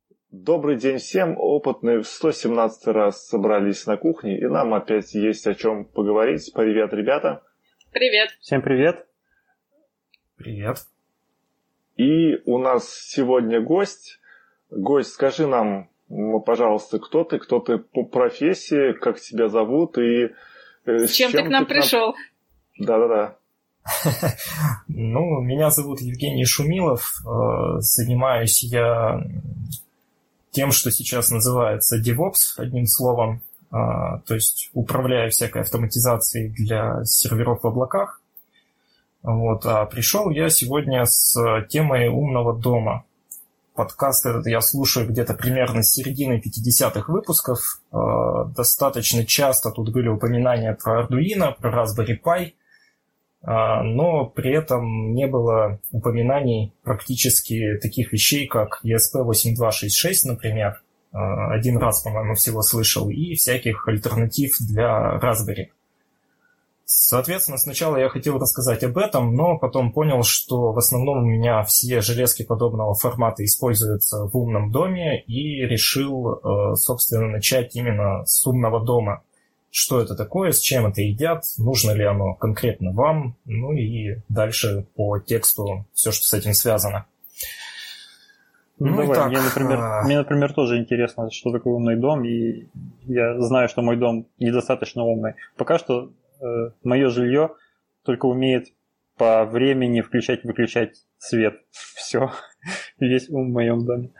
Добрый день всем. Опытные в 117 раз собрались на кухне, и нам опять есть о чем поговорить. Привет, ребята. Привет. Всем привет. Привет. И у нас сегодня гость. Гость, скажи нам, пожалуйста, кто ты по профессии, как тебя зовут и с чем ты к нам пришел? Да. Ну, меня зовут Евгений Шумилов. Занимаюсь я тем, что сейчас называется DevOps, одним словом. То есть управляю всякой автоматизацией для серверов в облаках. Вот. А пришел я сегодня с темой умного дома. Подкаст этот я слушаю где-то примерно с середины 50-х выпусков. Достаточно часто тут были упоминания про Arduino, про Raspberry Pi, но при этом не было упоминаний практически таких вещей, как ESP8266, например. Один раз, по-моему, всего слышал, и всяких альтернатив для Raspberry. Соответственно, сначала я хотел рассказать об этом, но потом понял, что в основном у меня все железки подобного формата используются в умном доме, и решил, собственно, начать именно с умного дома. Что это такое, с чем это едят, нужно ли оно конкретно вам, ну и дальше по тексту все, что с этим связано. Давай, итак, мне, например, тоже интересно, что такое умный дом, и я знаю, что мой дом недостаточно умный. Пока что мое жилье только умеет по времени включать-выключать свет. Все, весь ум в моем доме.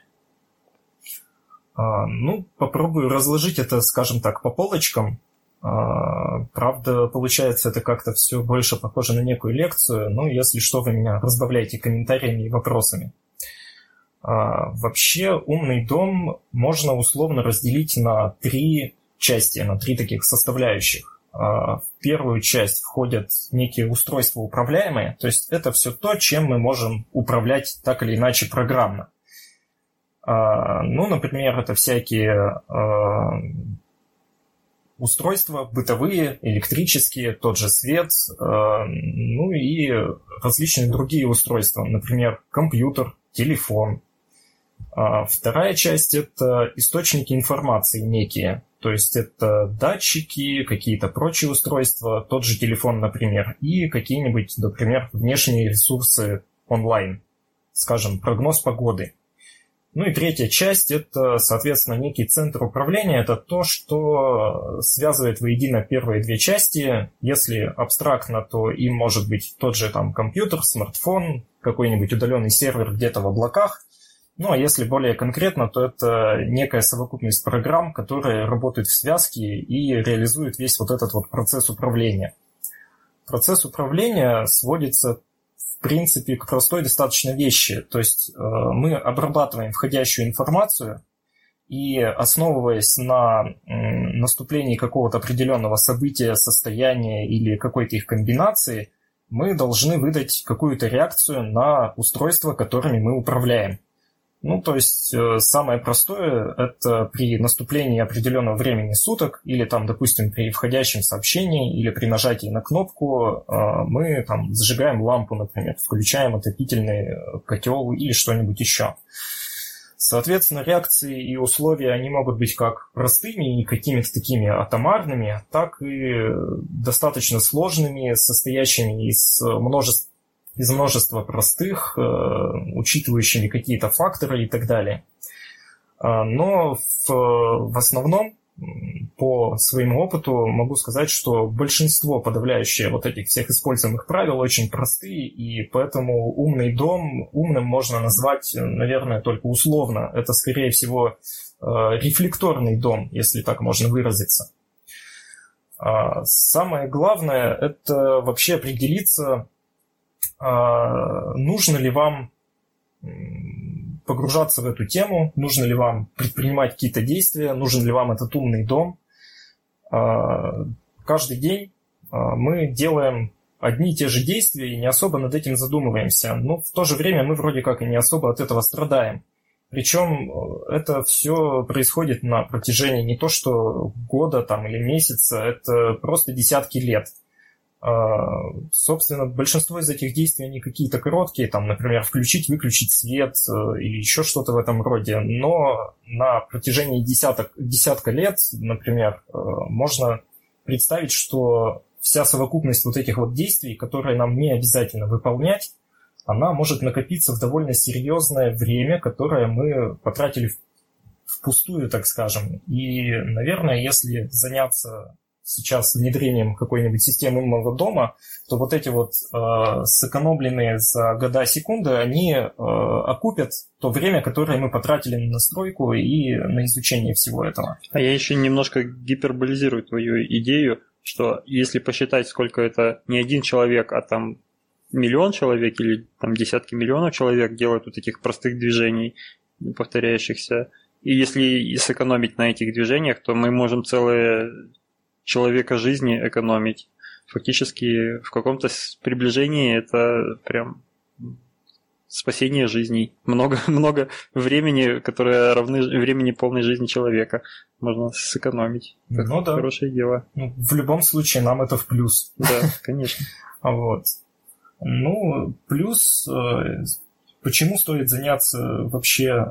Попробую разложить это, скажем так, по полочкам. Правда, получается, это как-то все больше похоже на некую лекцию, но если что, вы меня разбавляйте комментариями и вопросами. Вообще, умный дом можно условно разделить на три части, на три таких составляющих. В первую часть входят некие устройства управляемые, то есть это все то, чем мы можем управлять так или иначе программно. Например, это всякие устройства бытовые, электрические, тот же свет, и различные другие устройства, например, компьютер, телефон. Вторая часть – это источники информации некие, то есть это датчики, какие-то прочие устройства, тот же телефон, например, и какие-нибудь, например, внешние ресурсы онлайн, скажем, прогноз погоды. Ну и третья часть – это, соответственно, некий центр управления. Это то, что связывает воедино первые две части. Если абстрактно, то им может быть тот же там компьютер, смартфон, какой-нибудь удаленный сервер где-то в облаках. Ну а если более конкретно, то это некая совокупность программ, которые работают в связке и реализуют весь вот этот вот процесс управления. Процесс управления сводится в принципе к простой достаточно вещи. То есть мы обрабатываем входящую информацию и, основываясь на наступлении какого-то определенного события, состояния или какой-то их комбинации, мы должны выдать какую-то реакцию на устройства, которыми мы управляем. То есть самое простое – это при наступлении определенного времени суток или, допустим, при входящем сообщении или при нажатии на кнопку мы зажигаем лампу, например, включаем отопительный котел или что-нибудь еще. Соответственно, реакции и условия, они могут быть как простыми и какими-то такими атомарными, так и достаточно сложными, состоящими из множества простых, учитывающими какие-то факторы и так далее. Но в основном, по своему опыту, могу сказать, что большинство подавляющее вот этих всех используемых правил очень простые, и поэтому умный дом умным можно назвать, наверное, только условно. Это, скорее всего, рефлекторный дом, если так можно выразиться. Самое главное – это вообще определиться, нужно ли вам погружаться в эту тему, нужно ли вам предпринимать какие-то действия, нужен ли вам этот умный дом. Каждый день мы делаем одни и те же действия и не особо над этим задумываемся, но в то же время мы вроде как и не особо от этого страдаем. Причем это все происходит на протяжении не то что года или месяца, это просто десятки лет. Собственно, большинство из этих действий, они какие-то короткие, там, например, включить-выключить свет или еще что-то в этом роде, но на протяжении десятка лет, например, можно представить, что вся совокупность вот этих вот действий, которые нам не обязательно выполнять, она может накопиться в довольно серьезное время, которое мы потратили впустую, так скажем. И, наверное, если заняться сейчас внедрением какой-нибудь системы умного дома, то вот эти вот сэкономленные за года секунды, они окупят то время, которое мы потратили на настройку и на изучение всего этого. А я еще немножко гиперболизирую твою идею, что если посчитать, сколько это не один человек, а там миллион человек или там десятки миллионов человек делают вот этих простых движений, повторяющихся, и если сэкономить на этих движениях, то мы можем целое человека жизни экономить. Фактически в каком-то приближении это прям спасение жизней. Много времени, которое равны времени полной жизни человека, можно сэкономить. Ну да. Хорошее дело. В любом случае нам это в плюс. Да, конечно. Вот. Ну, плюс, почему стоит заняться вообще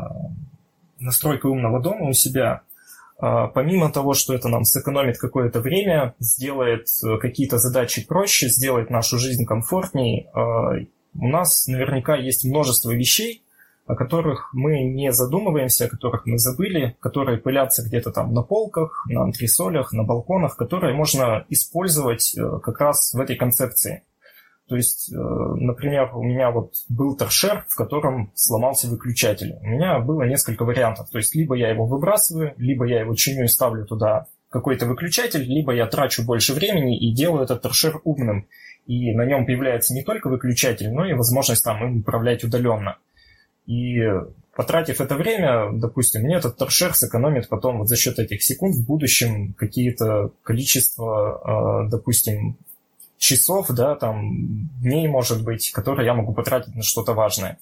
настройкой умного дома у себя? Помимо того, что это нам сэкономит какое-то время, сделает какие-то задачи проще, сделает нашу жизнь комфортней, у нас наверняка есть множество вещей, о которых мы не задумываемся, о которых мы забыли, которые пылятся где-то там на полках, на антресолях, на балконах, которые можно использовать как раз в этой концепции. То есть, например, у меня вот был торшер, в котором сломался выключатель. У меня было несколько вариантов. То есть, либо я его выбрасываю, либо я его чиню и ставлю туда какой-то выключатель, либо я трачу больше времени и делаю этот торшер умным. И на нем появляется не только выключатель, но и возможность там им управлять удаленно. И потратив это время, допустим, мне этот торшер сэкономит потом вот за счет этих секунд в будущем какие-то количество, допустим, часов, да, там, дней, может быть, которые я могу потратить на что-то важное.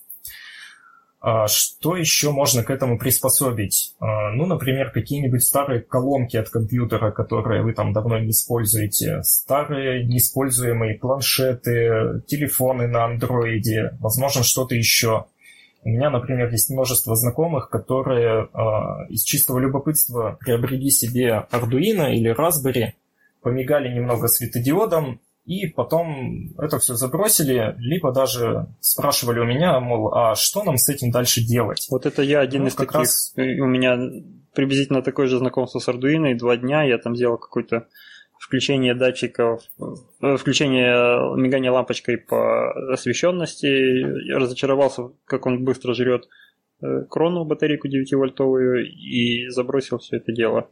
Что еще можно к этому приспособить? Ну, например, какие-нибудь старые колонки от компьютера, которые вы там давно не используете, старые неиспользуемые планшеты, телефоны на андроиде, возможно, что-то еще. У меня, например, есть множество знакомых, которые из чистого любопытства приобрели себе Arduino или Raspberry, помигали немного светодиодом, и потом это все забросили, либо даже спрашивали у меня, мол, а что нам с этим дальше делать? Вот это я один из таких. Раз... У меня приблизительно такое же знакомство с Arduino, и 2 дня я там сделал какое-то включение датчиков, включение мигания лампочкой по освещенности. Я разочаровался, как он быстро жрет крону, батарейку 9-вольтовую, и забросил все это дело.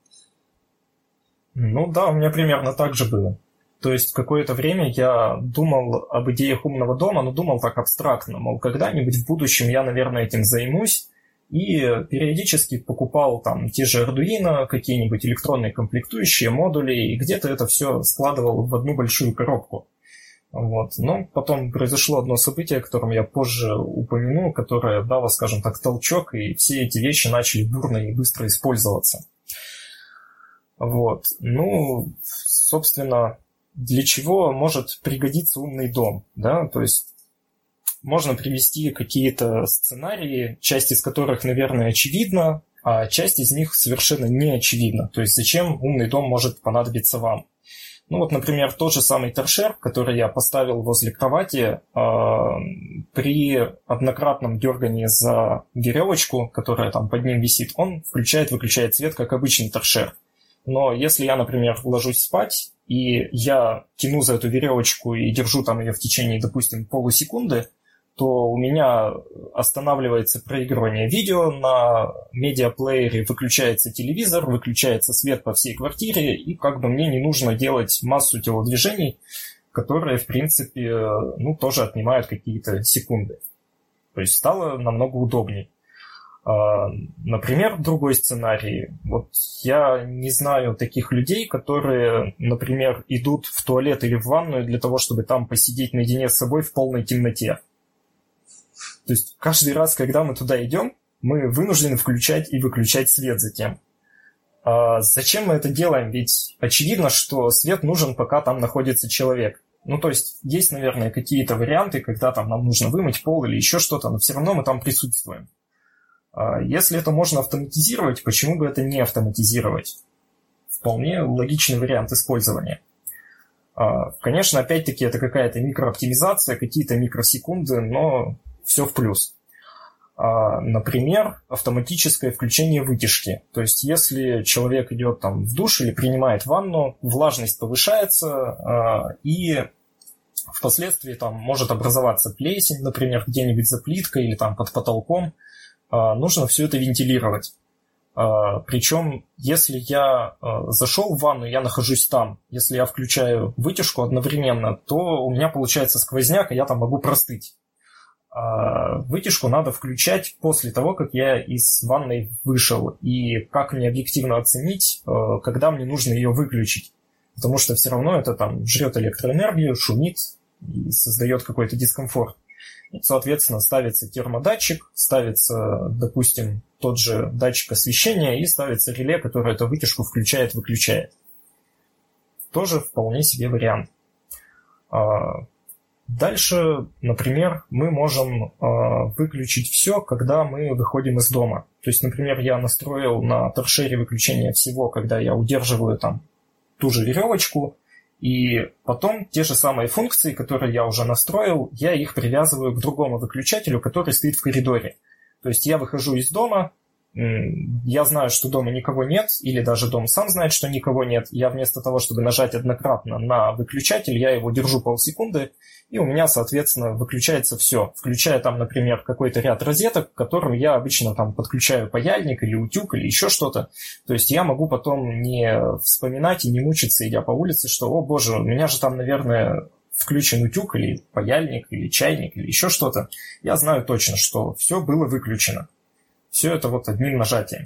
Ну да, у меня примерно так же было. То есть какое-то время я думал об идеях умного дома, но думал так абстрактно, мол, когда-нибудь в будущем я, наверное, этим займусь, и периодически покупал там те же Arduino, какие-нибудь электронные комплектующие, модули, и где-то это все складывал в одну большую коробку. Вот. Но потом произошло одно событие, о котором я позже упомяну, которое дало, скажем так, толчок, и все эти вещи начали бурно и быстро использоваться. Вот. Ну, собственно, для чего может пригодиться умный дом, да, то есть можно привести какие-то сценарии, часть из которых, наверное, очевидна, а часть из них совершенно не очевидна, то есть зачем умный дом может понадобиться вам. Ну вот, например, тот же самый торшер, который я поставил возле кровати, при однократном дергании за веревочку, которая там под ним висит, он включает-выключает свет, как обычный торшер. Но если я, например, ложусь спать, и я тяну за эту веревочку и держу там ее в течение, допустим, полусекунды, то у меня останавливается проигрывание видео, на медиаплеере выключается телевизор, выключается свет по всей квартире, и как бы мне не нужно делать массу телодвижений, которые, в принципе, ну, тоже отнимают какие-то секунды. То есть стало намного удобнее. Например, другой сценарий. Вот я не знаю таких людей, которые, например, идут в туалет или в ванную для того, чтобы там посидеть наедине с собой в полной темноте. То есть каждый раз, когда мы туда идем, мы вынуждены включать и выключать свет затем. Зачем мы это делаем? Ведь очевидно, что свет нужен, пока там находится человек. Ну, то есть, есть, наверное, какие-то варианты, когда там нам нужно вымыть пол или еще что-то, но все равно мы там присутствуем. Если это можно автоматизировать, почему бы это не автоматизировать? Вполне логичный вариант использования. Конечно, опять-таки, это какая-то микрооптимизация, какие-то микросекунды, но все в плюс. Например, автоматическое включение вытяжки. То есть, если человек идет там в душ или принимает ванну, влажность повышается, и впоследствии там может образоваться плесень, например, где-нибудь за плиткой или там под потолком. Нужно все это вентилировать. Причем, если я зашел в ванну, я нахожусь там. Если я включаю вытяжку одновременно, то у меня получается сквозняк, и я там могу простыть. Вытяжку надо включать после того, как я из ванной вышел. И как мне объективно оценить, когда мне нужно ее выключить. Потому что все равно это там жрет электроэнергию, шумит и создает какой-то дискомфорт. Соответственно, ставится термодатчик, ставится, допустим, тот же датчик освещения и ставится реле, которое эту вытяжку включает-выключает. Тоже вполне себе вариант. Дальше, например, мы можем выключить все, когда мы выходим из дома. То есть, например, я настроил на торшере выключение всего, когда я удерживаю там ту же веревочку, и потом те же самые функции, которые я уже настроил, я их привязываю к другому выключателю, который стоит в коридоре. То есть я выхожу из дома, я знаю, что дома никого нет, или даже дом сам знает, что никого нет. Я вместо того, чтобы нажать однократно на выключатель, я его держу полсекунды, и у меня, соответственно, выключается все, включая там, например, какой-то ряд розеток, к которым я обычно там подключаю паяльник или утюг или еще что-то. То есть я могу потом не вспоминать и не мучиться, идя по улице, что, о боже, у меня же там, наверное, включен утюг или паяльник или чайник или еще что-то. Я знаю точно, что все было выключено. Все это вот одним нажатием.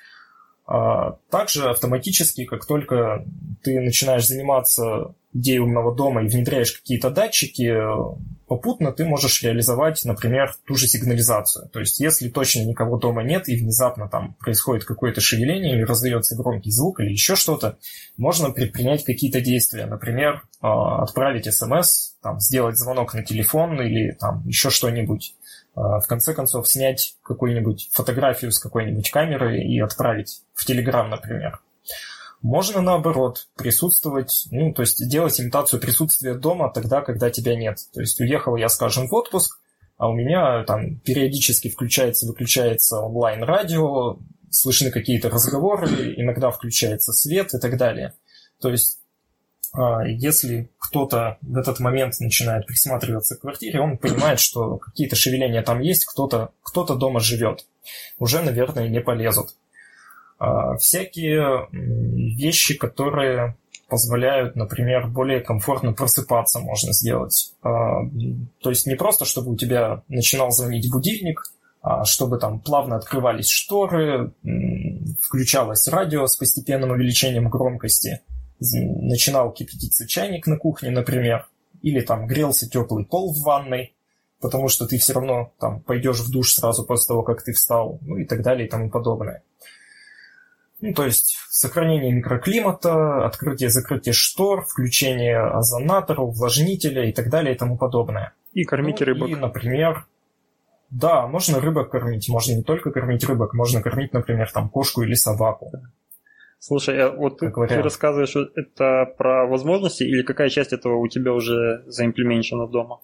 Также автоматически, как только ты начинаешь заниматься идеей умного дома и внедряешь какие-то датчики, попутно ты можешь реализовать, например, ту же сигнализацию. То есть, если точно никого дома нет и внезапно там происходит какое-то шевеление или раздается громкий звук или еще что-то, можно предпринять какие-то действия. Например, отправить смс, там, сделать звонок на телефон или там еще что-нибудь. В конце концов, снять какую-нибудь фотографию с какой-нибудь камеры и отправить в Telegram, например. Можно, наоборот, присутствовать, то есть делать имитацию присутствия дома тогда, когда тебя нет. То есть уехал я, скажем, в отпуск, а у меня там периодически включается-выключается онлайн-радио, слышны какие-то разговоры, иногда включается свет и так далее. То есть если кто-то в этот момент начинает присматриваться к квартире, он понимает, что какие-то шевеления там есть, кто-то дома живет. Уже, наверное, не полезут. Всякие вещи, которые позволяют, например, более комфортно просыпаться, можно сделать. То есть не просто, чтобы у тебя начинал звонить будильник, а чтобы там плавно открывались шторы, включалось радио с постепенным увеличением громкости, начинал кипятиться чайник на кухне, например, или там грелся теплый пол в ванной, потому что ты все равно там пойдешь в душ сразу после того, как ты встал, и так далее и тому подобное. То есть сохранение микроклимата, открытие-закрытие штор, включение озонатора, увлажнителя и так далее и тому подобное. И кормить рыбок. И, например, да, можно рыбок кормить, можно не только кормить рыбок, можно кормить, например, там кошку или собаку. Слушай, вот ты рассказываешь, что это про возможности или какая часть этого у тебя уже заимплементирована дома?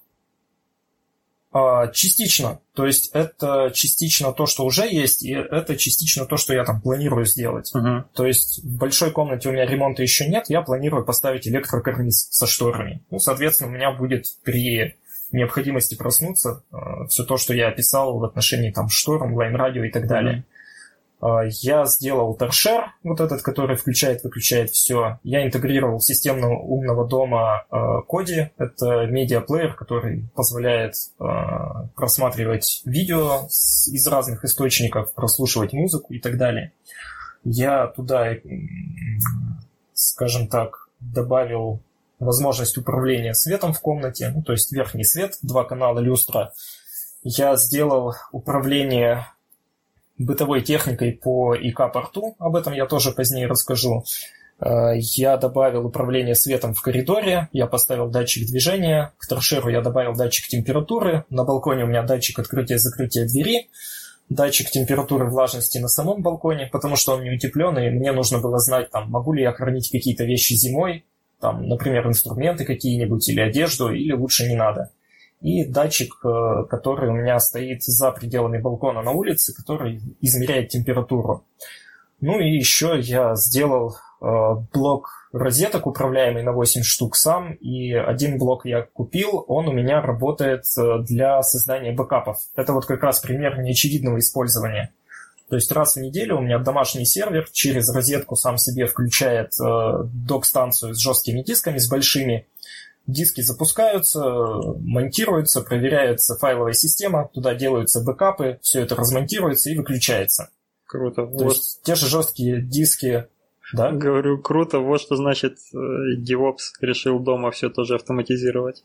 Частично. То есть это частично то, что уже есть, и это частично то, что я там планирую сделать. Uh-huh. То есть в большой комнате у меня ремонта еще нет, я планирую поставить электрокарниз со шторами. Соответственно, у меня будет при необходимости проснуться все то, что я описал в отношении там штор, онлайн-радио и так далее. Я сделал торшер, вот этот, который включает-выключает все. Я интегрировал в систему умного дома Kodi. Это медиаплеер, который позволяет просматривать видео из разных источников, прослушивать музыку и так далее. Я туда, скажем так, добавил возможность управления светом в комнате, то есть верхний свет, 2 канала люстра. Я сделал управление бытовой техникой по ИК-порту, об этом я тоже позднее расскажу. Я добавил управление светом в коридоре, я поставил датчик движения, к торшеру я добавил датчик температуры, на балконе у меня датчик открытия и закрытия двери, датчик температуры влажности на самом балконе, потому что он не утепленный, и мне нужно было знать, там, могу ли я хранить какие-то вещи зимой, там, например, инструменты какие-нибудь или одежду, или лучше не надо. И датчик, который у меня стоит за пределами балкона на улице, который измеряет температуру. Ну и еще я сделал блок розеток, управляемый на 8 штук сам, и один блок я купил, он у меня работает для создания бэкапов. Это вот как раз пример неочевидного использования. То есть раз в неделю у меня домашний сервер через розетку сам себе включает док-станцию с жесткими дисками, с большими. Диски запускаются, монтируются, проверяется файловая система, туда делаются бэкапы, все это размонтируется и выключается. Круто. То есть те же жесткие диски. Да? Говорю, круто. Вот что значит DevOps решил дома все тоже автоматизировать.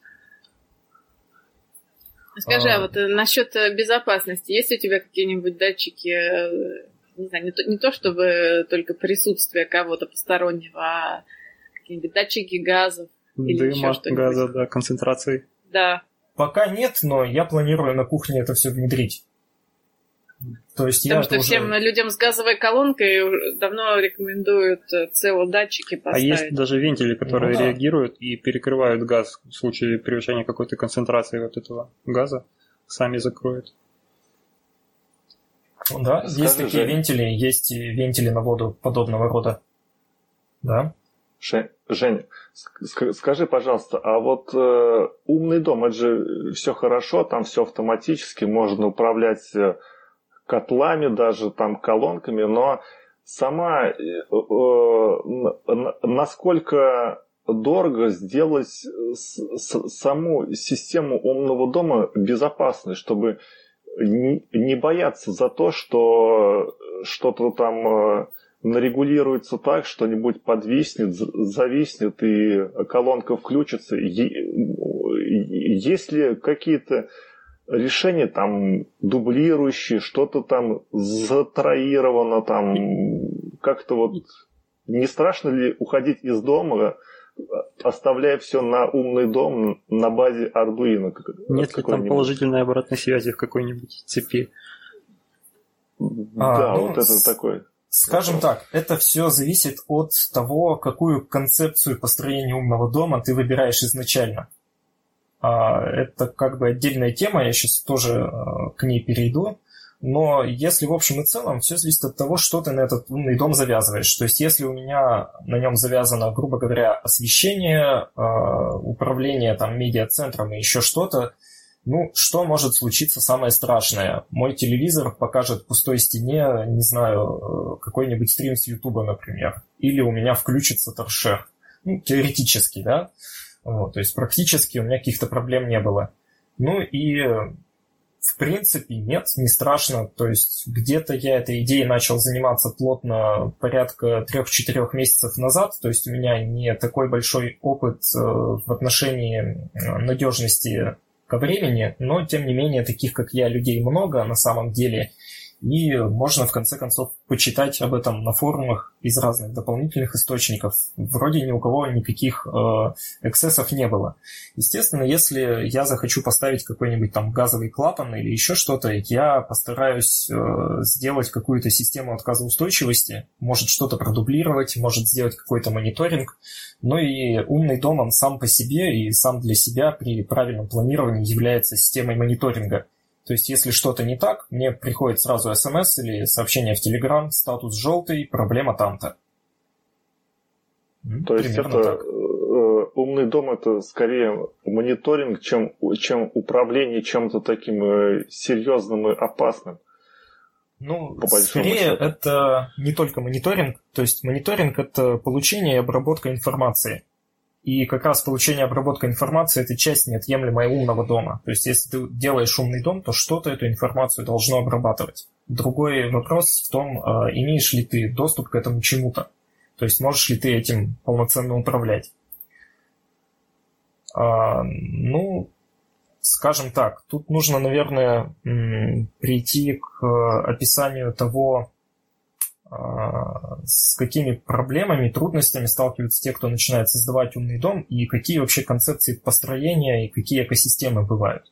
Скажи, а вот насчет безопасности, есть у тебя какие-нибудь датчики, не знаю, не то чтобы только присутствие кого-то постороннего, а какие-нибудь датчики газов или еще дыма, что-нибудь? газа, да, концентрации. Да. Пока нет, но я планирую на кухне это все внедрить. То есть Потому что всем людям с газовой колонкой давно рекомендуют CO-датчики поставить. А есть даже вентили, которые реагируют и перекрывают газ в случае превышения какой-то концентрации вот этого газа, сами закроют. Да, есть такие вентили, есть и вентили на воду подобного рода. Да. Жень, скажи, пожалуйста, а вот умный дом, это же все хорошо, там все автоматически, можно управлять котлами, даже там колонками, но сама насколько дорого сделать саму систему умного дома безопасной, чтобы не бояться за то, что что-то там нарегулируется так, что-нибудь подвиснет, зависнет и колонка включится. Есть ли какие-то решения там дублирующие, что-то там затроировано, там как-то вот не страшно ли уходить из дома, оставляя все на умный дом на базе Arduino? Нет ли там положительной обратной связи в какой-нибудь цепи? Да, вот это такое. Скажем так, это все зависит от того, какую концепцию построения умного дома ты выбираешь изначально. Это как бы отдельная тема, я сейчас тоже к ней перейду. Но если в общем и целом, все зависит от того, что ты на этот умный дом завязываешь. То есть если у меня на нем завязано, грубо говоря, освещение, управление там медиацентром и еще что-то, ну, что может случиться самое страшное? Мой телевизор покажет в пустой стене, не знаю, какой-нибудь стрим с Ютуба, например. Или у меня включится торшер. Ну, теоретически, да? Вот, то есть практически у меня каких-то проблем не было. Ну и в принципе нет, не страшно. То есть где-то я этой идеей начал заниматься плотно порядка 3-4 месяцев назад. То есть у меня не такой большой опыт в отношении надежности ко времени, но тем не менее таких, как я, людей много на самом деле. И можно, в конце концов, почитать об этом на форумах из разных дополнительных источников. Вроде ни у кого никаких эксцессов не было. Естественно, если я захочу поставить какой-нибудь там газовый клапан или еще что-то, я постараюсь сделать какую-то систему отказоустойчивости, может что-то продублировать, может сделать какой-то мониторинг. Ну и умный дом, он сам по себе и сам для себя при правильном планировании является системой мониторинга. То есть, если что-то не так, мне приходит сразу смс или сообщение в Telegram, статус желтый, проблема там-то. То есть, это умный дом — это скорее мониторинг, чем управление чем-то таким серьезным и опасным. Ну, скорее, это не только мониторинг. То есть, мониторинг — это получение и обработка информации. И как раз получение и обработка информации – это часть неотъемлемая умного дома. То есть, если ты делаешь умный дом, то что-то эту информацию должно обрабатывать. Другой вопрос в том, имеешь ли ты доступ к этому чему-то. То есть, можешь ли ты этим полноценно управлять. Ну, скажем так, тут нужно, наверное, прийти к описанию того, с какими проблемами, трудностями сталкиваются те, кто начинает создавать умный дом, и какие вообще концепции построения и какие экосистемы бывают.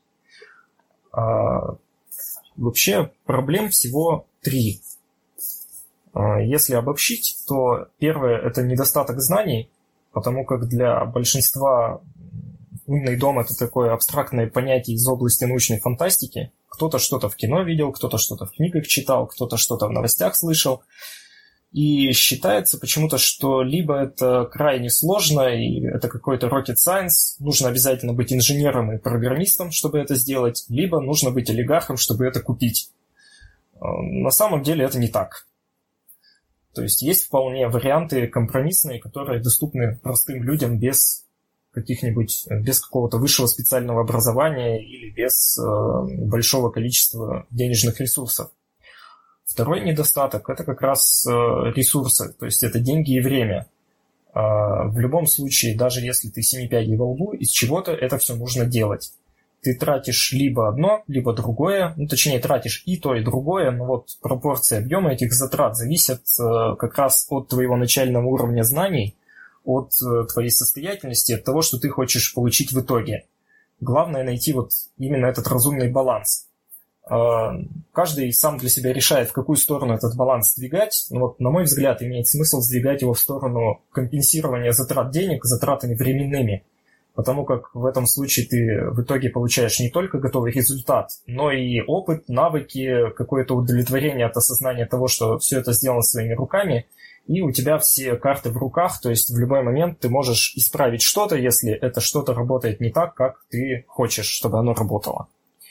Вообще проблем всего 3. Если обобщить, то первое – это недостаток знаний, потому как для большинства умный дом – это такое абстрактное понятие из области научной фантастики. Кто-то что-то в кино видел, кто-то что-то в книгах читал, кто-то что-то в новостях слышал. И считается почему-то, что либо это крайне сложно, и это какой-то rocket science, нужно обязательно быть инженером и программистом, чтобы это сделать, либо нужно быть олигархом, чтобы это купить. На самом деле это не так. То есть есть вполне варианты компромиссные, которые доступны простым людям без какого-то высшего специального образования или без большого количества денежных ресурсов. Второй недостаток – это как раз ресурсы, то есть это деньги и время. В любом случае, даже если ты 7 пядей во лбу, из чего-то это все нужно делать. Ты тратишь либо одно, либо другое, точнее тратишь и то, и другое, но вот пропорция объема этих затрат зависит как раз от твоего начального уровня знаний, от твоей состоятельности, от того, что ты хочешь получить в итоге. Главное найти вот именно этот разумный баланс. Каждый сам для себя решает, в какую сторону этот баланс сдвигать. Но вот, на мой взгляд, имеет смысл сдвигать его в сторону компенсирования затрат денег затратами временными. Потому как в этом случае ты в итоге получаешь не только готовый результат, но и опыт, навыки, какое-то удовлетворение от осознания того, что все это сделано своими руками, и у тебя все карты в руках, то есть в любой момент ты можешь исправить что-то, если это что-то работает не так, как ты хочешь, чтобы оно работало.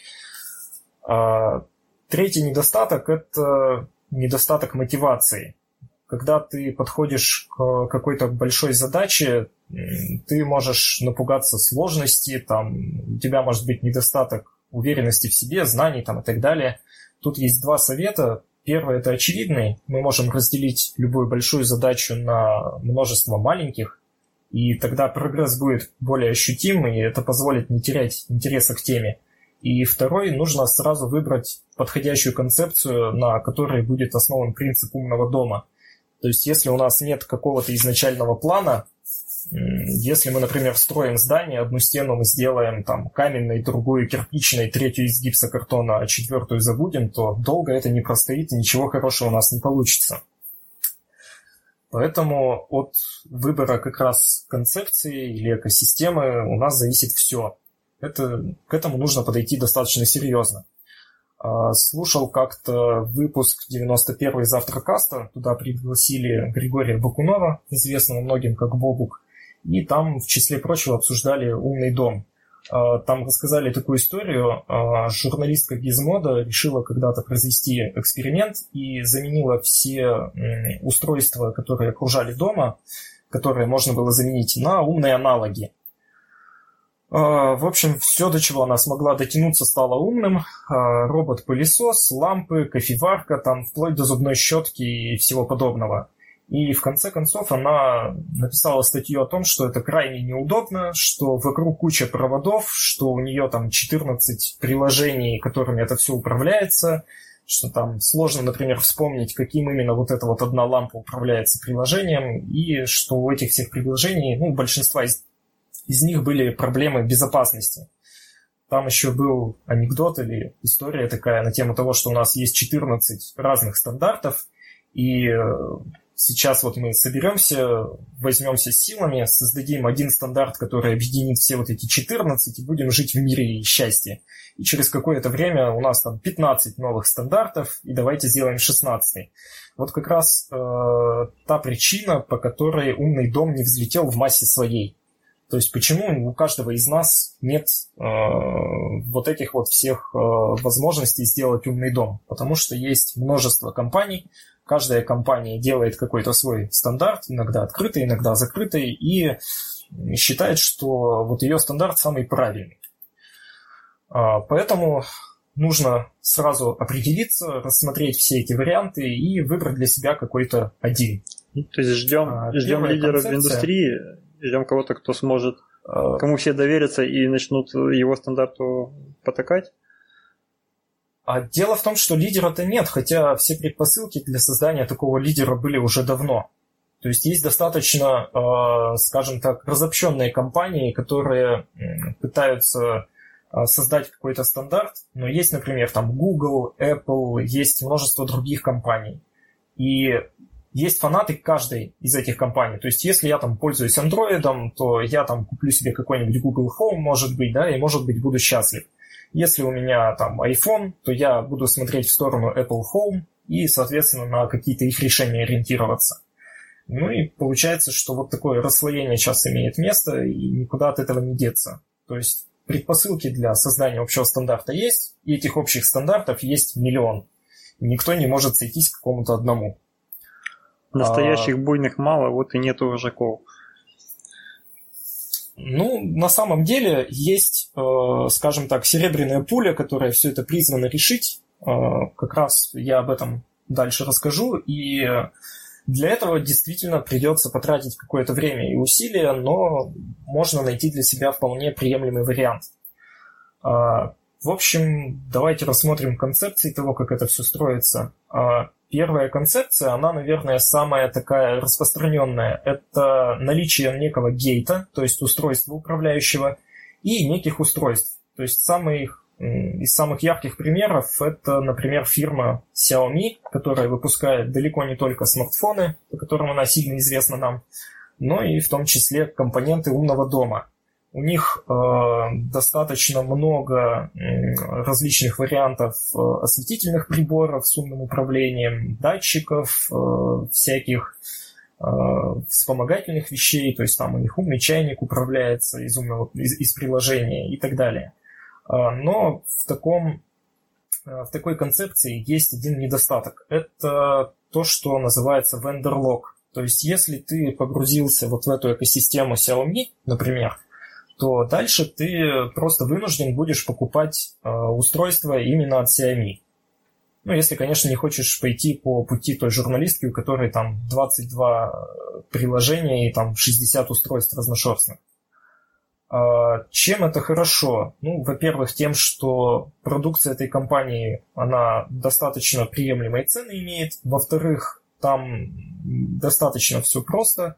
Третий недостаток – это недостаток мотивации. Когда ты подходишь к какой-то большой задаче, ты можешь напугаться сложности, у тебя может быть недостаток уверенности в себе, знаний и так далее. Тут есть 2 совета. Первый – это очевидный. Мы можем разделить любую большую задачу на множество маленьких, и тогда прогресс будет более ощутимый, и это позволит не терять интереса к теме. И второй, нужно сразу выбрать подходящую концепцию, на которой будет основан принцип умного дома. То есть, если у нас нет какого-то изначального плана, если мы, например, строим здание, одну стену мы сделаем каменной, другую кирпичной, третью из гипсокартона, а 4-ю забудем, то долго это не простоит и ничего хорошего у нас не получится. Поэтому от выбора как раз концепции или экосистемы у нас зависит все. К этому нужно подойти достаточно серьезно. Слушал как-то выпуск 91-й Завтракаста, туда пригласили Григория Бакунова, известного многим как Бобук, и там, в числе прочего, обсуждали умный дом. Там рассказали такую историю. Журналистка Gizmodo решила когда-то произвести эксперимент и заменила все устройства, которые окружали дома, которые можно было заменить, на умные аналоги. В общем, все, до чего она смогла дотянуться, стало умным. Робот-пылесос, лампы, кофеварка, вплоть до зубной щетки и всего подобного. И в конце концов она написала статью о том, что это крайне неудобно, что вокруг куча проводов, что у нее 14 приложений, которыми это все управляется, что сложно, например, вспомнить, каким именно вот эта вот одна лампа управляется приложением, и что у этих всех приложений, большинства из них были проблемы безопасности. Там еще был анекдот или история такая на тему того, что у нас есть 14 разных стандартов, и сейчас вот мы соберемся, возьмемся силами, создадим один стандарт, который объединит все вот эти 14, и будем жить в мире и счастье. И через какое-то время у нас 15 новых стандартов, и давайте сделаем 16. Вот как раз та причина, по которой умный дом не взлетел в массе своей. То есть почему у каждого из нас нет вот этих вот всех возможностей сделать умный дом? Потому что есть множество компаний, каждая компания делает какой-то свой стандарт, иногда открытый, иногда закрытый, и считает, что вот ее стандарт самый правильный. Поэтому нужно сразу определиться, рассмотреть все эти варианты и выбрать для себя какой-то один. То есть ждем лидеров в индустрии, ждем кого-то, кто сможет Кому все доверятся и начнут его стандарту потакать? А дело в том, что лидера-то нет, хотя все предпосылки для создания такого лидера были уже давно. То есть достаточно, скажем так, разобщенные компании, которые пытаются создать какой-то стандарт, но есть, например, там Google, Apple, есть множество других компаний. И есть фанаты каждой из этих компаний. То есть если я там пользуюсь Android, то я там куплю себе какой-нибудь Google Home, может быть, да, и может быть буду счастлив. Если у меня там iPhone, то я буду смотреть в сторону Apple Home и, соответственно, на какие-то их решения ориентироваться. Ну и получается, что вот такое расслоение сейчас имеет место, и никуда от этого не деться. То есть предпосылки для создания общего стандарта есть, и этих общих стандартов есть миллион. И никто не может сойтись к какому-то одному. Настоящих буйных мало, вот и нету вожаков. Ну, на самом деле есть, скажем так, серебряная пуля, которая все это призвана решить. Как раз я об этом дальше расскажу. И для этого действительно придется потратить какое-то время и усилия, но можно найти для себя вполне приемлемый вариант. В общем, давайте рассмотрим концепции того, как это все строится. Первая концепция, она, наверное, самая такая распространенная. Это наличие некого гейта, то есть устройства управляющего, и неких устройств. То есть из самых ярких примеров это, например, фирма Xiaomi, которая выпускает далеко не только смартфоны, по которым она сильно известна нам, но и в том числе компоненты умного дома. У них достаточно много различных вариантов осветительных приборов с умным управлением, датчиков, всяких вспомогательных вещей, то есть там у них умный чайник управляется из приложения и так далее. Но в такой концепции есть один недостаток. Это то, что называется vendor lock. То есть если ты погрузился вот в эту экосистему Xiaomi, например, то дальше ты просто вынужден будешь покупать устройство именно от Xiaomi. Ну, если, конечно, не хочешь пойти по пути той журналистки, у которой там 22 приложения и там 60 устройств разношерстных. Чем это хорошо? Ну, во-первых, тем, что продукция этой компании, она достаточно приемлемые цены имеет. Во-вторых, там достаточно все просто.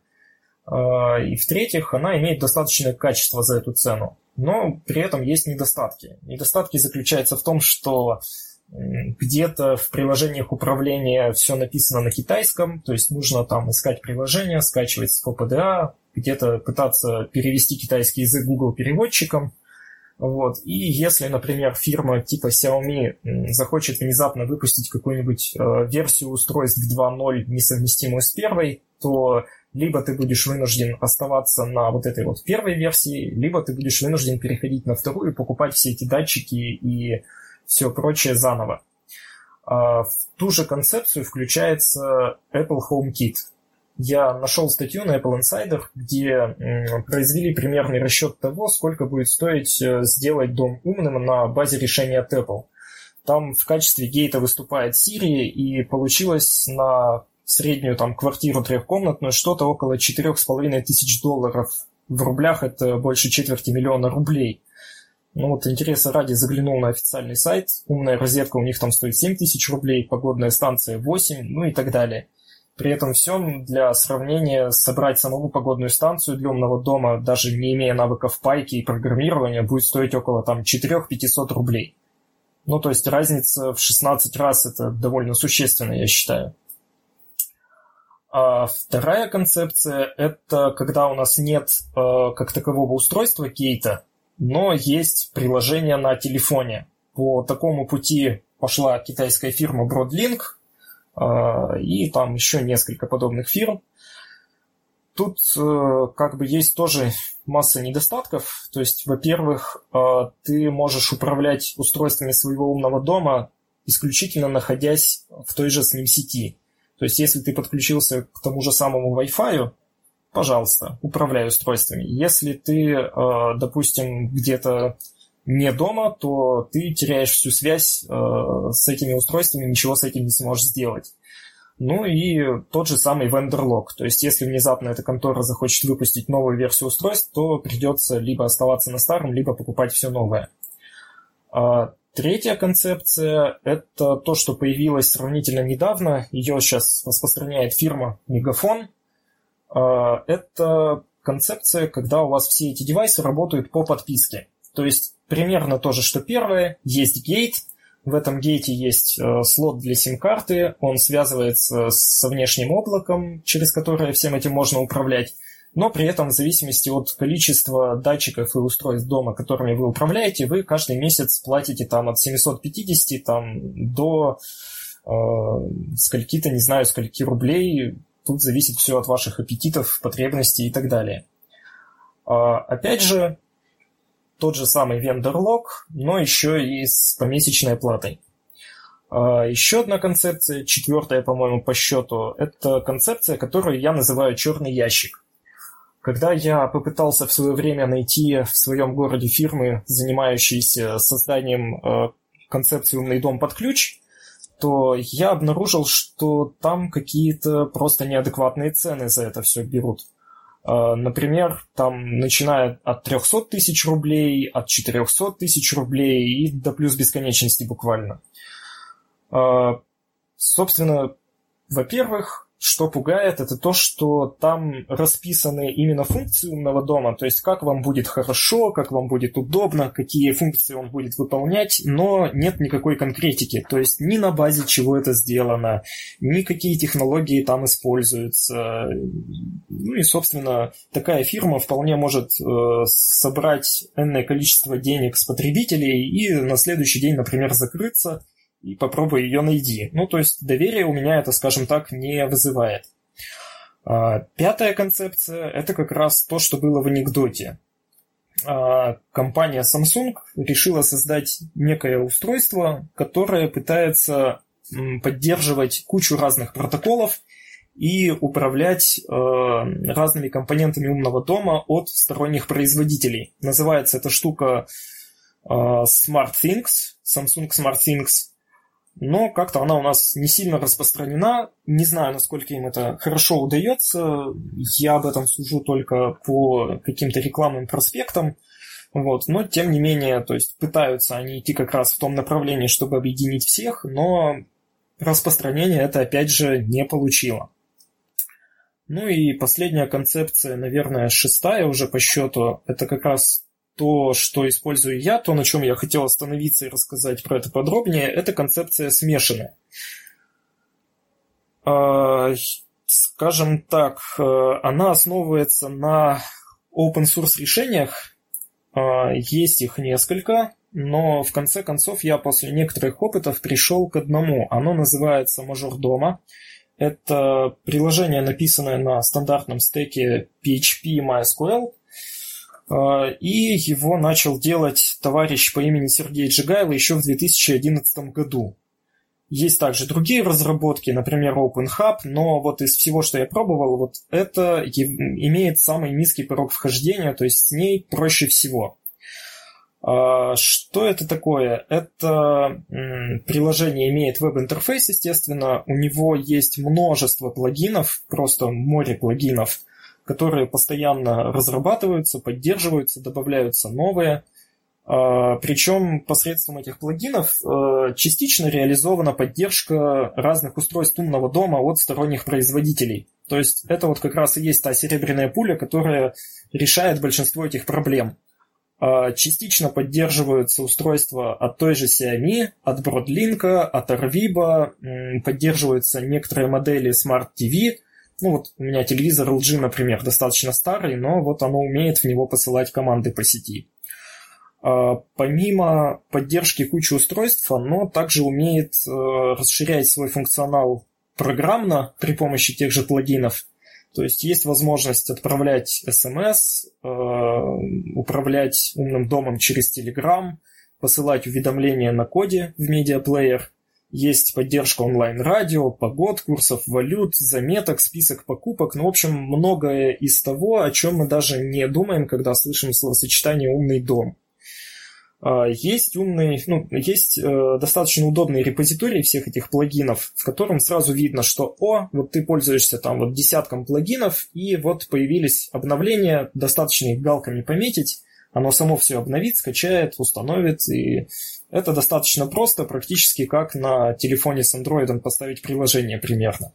И в-третьих, она имеет достаточное качество за эту цену. Но при этом есть недостатки. Недостатки заключаются в том, что где-то в приложениях управления все написано на китайском, то есть нужно там искать приложение, скачивать с ОПДА, где-то пытаться перевести китайский язык Google переводчиком. Вот. И если, например, фирма типа Xiaomi захочет внезапно выпустить какую-нибудь версию устройств 2.0, несовместимую с первой, то либо ты будешь вынужден оставаться на вот этой вот первой версии, либо ты будешь вынужден переходить на вторую и покупать все эти датчики и все прочее заново. В ту же концепцию включается Apple HomeKit. Я нашел статью на Apple Insider, где произвели примерный расчет того, сколько будет стоить сделать дом умным на базе решения от Apple. Там в качестве гейта выступает Siri, и получилось на среднюю там квартиру трехкомнатную что-то около $4500. В рублях это больше 250 000 рублей. Ну вот интереса ради заглянул на официальный сайт. Умная розетка у них там стоит 7000 рублей, погодная станция 8, ну и так далее. При этом всем для сравнения собрать саму погодную станцию для умного дома, даже не имея навыков пайки и программирования, будет стоить около там 4500 рублей. Ну то есть разница в 16 раз, это довольно существенно, я считаю. А вторая концепция – это когда у нас нет как такового устройства гейта, но есть приложение на телефоне. По такому пути пошла китайская фирма Broadlink и там еще несколько подобных фирм. Тут как бы есть тоже масса недостатков. То есть, во-первых, ты можешь управлять устройствами своего умного дома исключительно находясь в той же с ним сети. То есть, если ты подключился к тому же самому Wi-Fi, пожалуйста, управляй устройствами. Если ты, допустим, где-то не дома, то ты теряешь всю связь с этими устройствами, ничего с этим не сможешь сделать. Ну и тот же самый vendor lock. То есть если внезапно эта контора захочет выпустить новую версию устройств, то придется либо оставаться на старом, либо покупать все новое. Третья концепция – это то, что появилось сравнительно недавно. Ее сейчас распространяет фирма Мегафон. Это концепция, когда у вас все эти девайсы работают по подписке. То есть примерно то же, что первое. Есть гейт. В этом гейте есть слот для сим-карты. Он связывается со внешним облаком, через которое всем этим можно управлять. Но при этом в зависимости от количества датчиков и устройств дома, которыми вы управляете, вы каждый месяц платите там от 750 там, до скольки-то, не знаю, скольки рублей. Тут зависит все от ваших аппетитов, потребностей и так далее. Опять же, тот же самый vendor lock, но еще и с помесячной оплатой. Еще одна концепция, четвертая, по-моему, по счету, это концепция, которую я называю черный ящик. Когда я попытался в свое время найти в своем городе фирмы, занимающиеся созданием концепции «Умный дом под ключ», то я обнаружил, что там какие-то просто неадекватные цены за это все берут. Например, там начиная от 300 тысяч рублей, от 400 тысяч рублей и до плюс бесконечности буквально. Собственно, во-первых, что пугает, это то, что там расписаны именно функции умного дома, то есть как вам будет хорошо, как вам будет удобно, какие функции он будет выполнять, но нет никакой конкретики, то есть ни на базе чего это сделано, ни какие технологии там используются. Ну и, собственно, такая фирма вполне может собрать энное количество денег с потребителей и на следующий день, например, закрыться, и попробуй ее найди. Ну, то есть доверие у меня это, скажем так, не вызывает. Пятая концепция – это как раз то, что было в анекдоте. Компания Samsung решила создать некое устройство, которое пытается поддерживать кучу разных протоколов и управлять разными компонентами умного дома от сторонних производителей. Называется эта штука SmartThings, Samsung SmartThings. Но как-то она у нас не сильно распространена. Не знаю, насколько им это хорошо удается. Я об этом сужу только по каким-то рекламным проспектам. Вот. Но, тем не менее, то есть пытаются они идти как раз в том направлении, чтобы объединить всех, но распространение это, опять же, не получило. Ну и последняя концепция, наверное, шестая уже по счету, это как раз то, что использую я, то, на чем я хотел остановиться и рассказать про это подробнее, это концепция смешанная. Скажем так, она основывается на open-source решениях. Есть их несколько, но в конце концов я после некоторых опытов пришел к одному. Оно называется Majordomo. Это приложение, написанное на стандартном стеке PHP и MySQL. И его начал делать товарищ по имени Сергей Джигайло еще в 2011 году. Есть также другие разработки, например, OpenHub, но вот из всего, что я пробовал, вот это имеет самый низкий порог вхождения, то есть с ней проще всего. Что это такое? Это приложение имеет веб-интерфейс, естественно, у него есть множество плагинов, просто море плагинов, которые постоянно разрабатываются, поддерживаются, добавляются новые. Причем посредством этих плагинов частично реализована поддержка разных устройств умного дома от сторонних производителей. То есть это вот как раз и есть та серебряная пуля, которая решает большинство этих проблем. Частично поддерживаются устройства от той же Xiaomi, от Broadlink, от Arvibo, поддерживаются некоторые модели Smart TV. Ну вот у меня телевизор LG, например, достаточно старый, но вот оно умеет в него посылать команды по сети. Помимо поддержки кучи устройств, оно также умеет расширять свой функционал программно при помощи тех же плагинов. То есть есть возможность отправлять SMS, управлять умным домом через Telegram, посылать уведомления на коде в медиаплеер. Есть поддержка онлайн-радио, погод, курсов валют, заметок, список покупок. Ну, в общем, многое из того, о чем мы даже не думаем, когда слышим словосочетание «умный дом». Есть достаточно удобные репозитории всех этих плагинов, в котором сразу видно, что вот ты пользуешься там вот десятком плагинов, и вот появились обновления, достаточно их галками пометить, оно само все обновит, скачает, установит, и это достаточно просто, практически как на телефоне с Android поставить приложение примерно.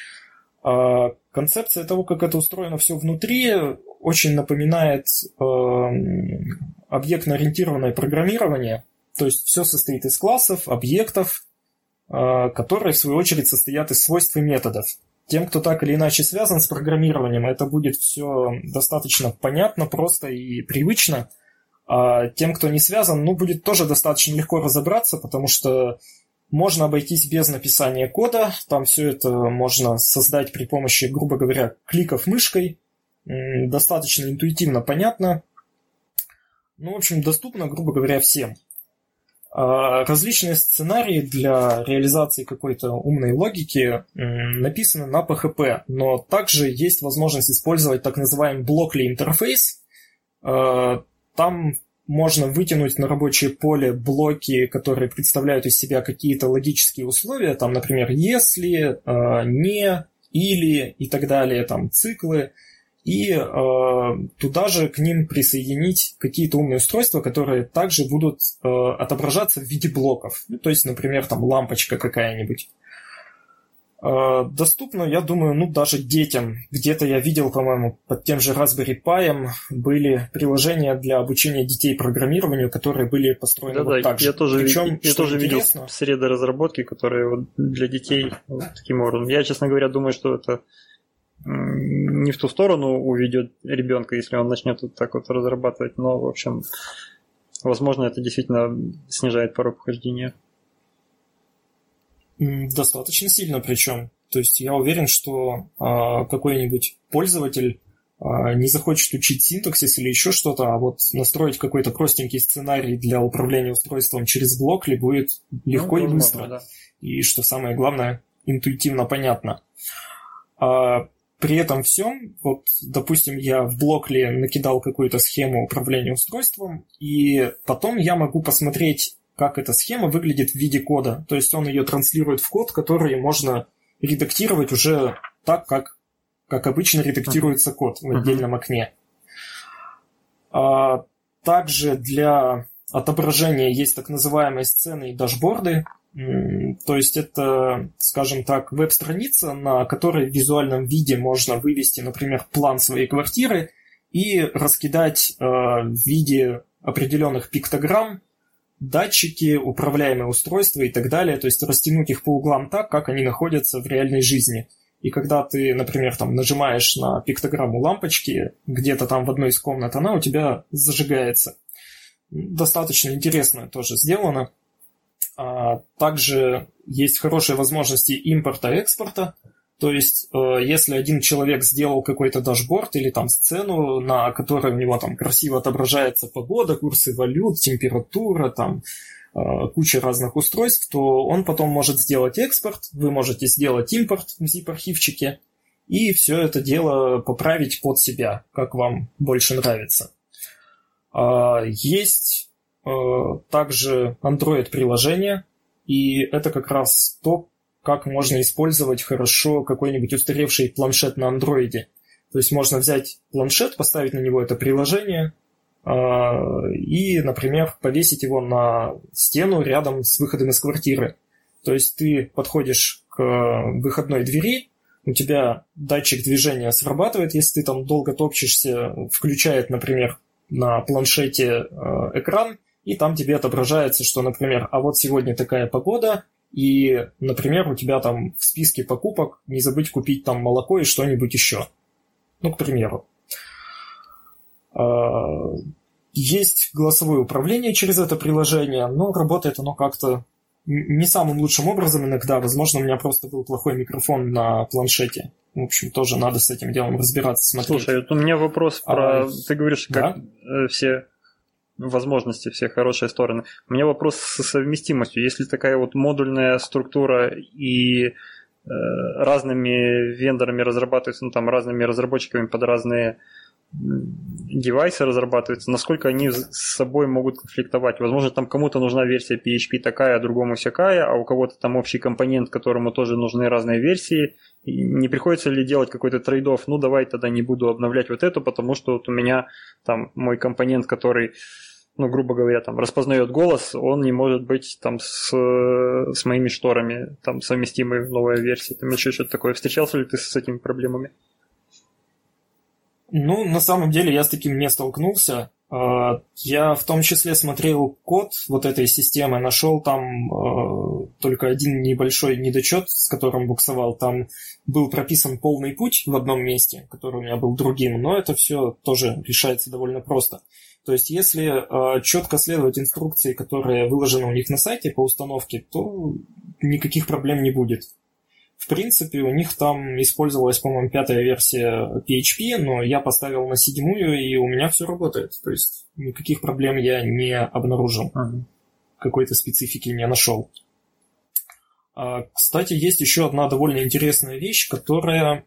Концепция того, как это устроено все внутри, очень напоминает объектно-ориентированное программирование. То есть все состоит из классов, объектов, которые в свою очередь состоят из свойств и методов. Тем, кто так или иначе связан с программированием, это будет все достаточно понятно, просто и привычно. А тем, кто не связан, будет тоже достаточно легко разобраться, потому что можно обойтись без написания кода. Там все это можно создать при помощи, грубо говоря, кликов мышкой. Достаточно интуитивно понятно. В общем, доступно, грубо говоря, всем. Различные сценарии для реализации какой-то умной логики написаны на PHP, но также есть возможность использовать так называемый Blockly интерфейс. Там можно вытянуть на рабочее поле блоки, которые представляют из себя какие-то логические условия, там, например, если, не, или и так далее, там, циклы, и туда же к ним присоединить какие-то умные устройства, которые также будут отображаться в виде блоков. То есть, например, там лампочка какая-нибудь. Доступно, я думаю, даже детям. Где-то я видел, по-моему, под тем же Raspberry Pi были приложения для обучения детей программированию, которые были построены так же. Я тоже видел среды разработки, которые для детей таким образом. Я, честно говоря, думаю, что это не в ту сторону уведет ребенка, если он начнет вот так вот разрабатывать, но, в общем, возможно, это действительно снижает порог вхождения. Достаточно сильно причем. То есть я уверен, что какой-нибудь пользователь не захочет учить синтаксис или еще что-то, а вот настроить какой-то простенький сценарий для управления устройством через Blockly будет легко и быстро. Да. И, что самое главное, интуитивно понятно. При этом всем, вот, допустим, я в Blockly накидал какую-то схему управления устройством, и потом я могу посмотреть, как эта схема выглядит в виде кода. То есть он ее транслирует в код, который можно редактировать уже так, как обычно редактируется код в отдельном окне. Также для отображения есть так называемые сцены и дашборды. То есть это, скажем так, веб-страница, на которой в визуальном виде можно вывести, например, план своей квартиры и раскидать в виде определенных пиктограмм датчики, управляемые устройства и так далее, то есть растянуть их по углам так, как они находятся в реальной жизни. И когда ты, например, там нажимаешь на пиктограмму лампочки, где-то там в одной из комнат, она у тебя зажигается. Достаточно интересно тоже сделано. Также есть хорошие возможности импорта-экспорта. То есть, если один человек сделал какой-то дашборд или там сцену, на которой у него там красиво отображается погода, курсы валют, температура, там куча разных устройств, то он потом может сделать экспорт, вы можете сделать импорт в zip-архивчике и все это дело поправить под себя, как вам больше нравится. Есть также Android-приложение, и это как раз то, как можно использовать хорошо какой-нибудь устаревший планшет на андроиде. То есть можно взять планшет, поставить на него это приложение и, например, повесить его на стену рядом с выходом из квартиры. То есть ты подходишь к выходной двери, у тебя датчик движения срабатывает, если ты там долго топчешься, включает, например, на планшете экран, и там тебе отображается, что, например, а вот сегодня такая погода, и, например, у тебя там в списке покупок не забыть купить там молоко и что-нибудь еще. К примеру. Есть голосовое управление через это приложение, но работает оно как-то не самым лучшим образом иногда. Возможно, у меня просто был плохой микрофон на планшете. В общем, тоже надо с этим делом разбираться, смотреть. Слушай, у меня вопрос про... Ты говоришь, как все... возможности, все хорошие стороны. У меня вопрос с совместимостью. Если такая вот модульная структура и разными вендорами разрабатывается, разными разработчиками под разные девайсы разрабатываются, насколько они с собой могут конфликтовать. Возможно, там кому-то нужна версия PHP такая, а другому всякая, а у кого-то там общий компонент, которому тоже нужны разные версии. И не приходится ли делать какой-то трейд-офф? Ну, давай тогда не буду обновлять вот эту, потому что вот у меня там мой компонент, который, ну, грубо говоря, там распознает голос, он не может быть там с моими шторами там совместимой в новой версии. Там еще что-то такое. Встречался ли ты с этими проблемами? Ну, на самом деле я с таким не столкнулся. Я в том числе смотрел код вот этой системы, нашел там только один небольшой недочет, с которым буксовал. Там был прописан полный путь в одном месте, который у меня был другим, но это все тоже решается довольно просто. То есть если четко следовать инструкции, которые выложены у них на сайте по установке, то никаких проблем не будет. В принципе, у них там использовалась, по-моему, 5-я версия PHP, но я поставил на 7-ю, и у меня все работает. То есть никаких проблем я не обнаружил. Какой-то специфики не нашел. Кстати, есть еще одна довольно интересная вещь, которая,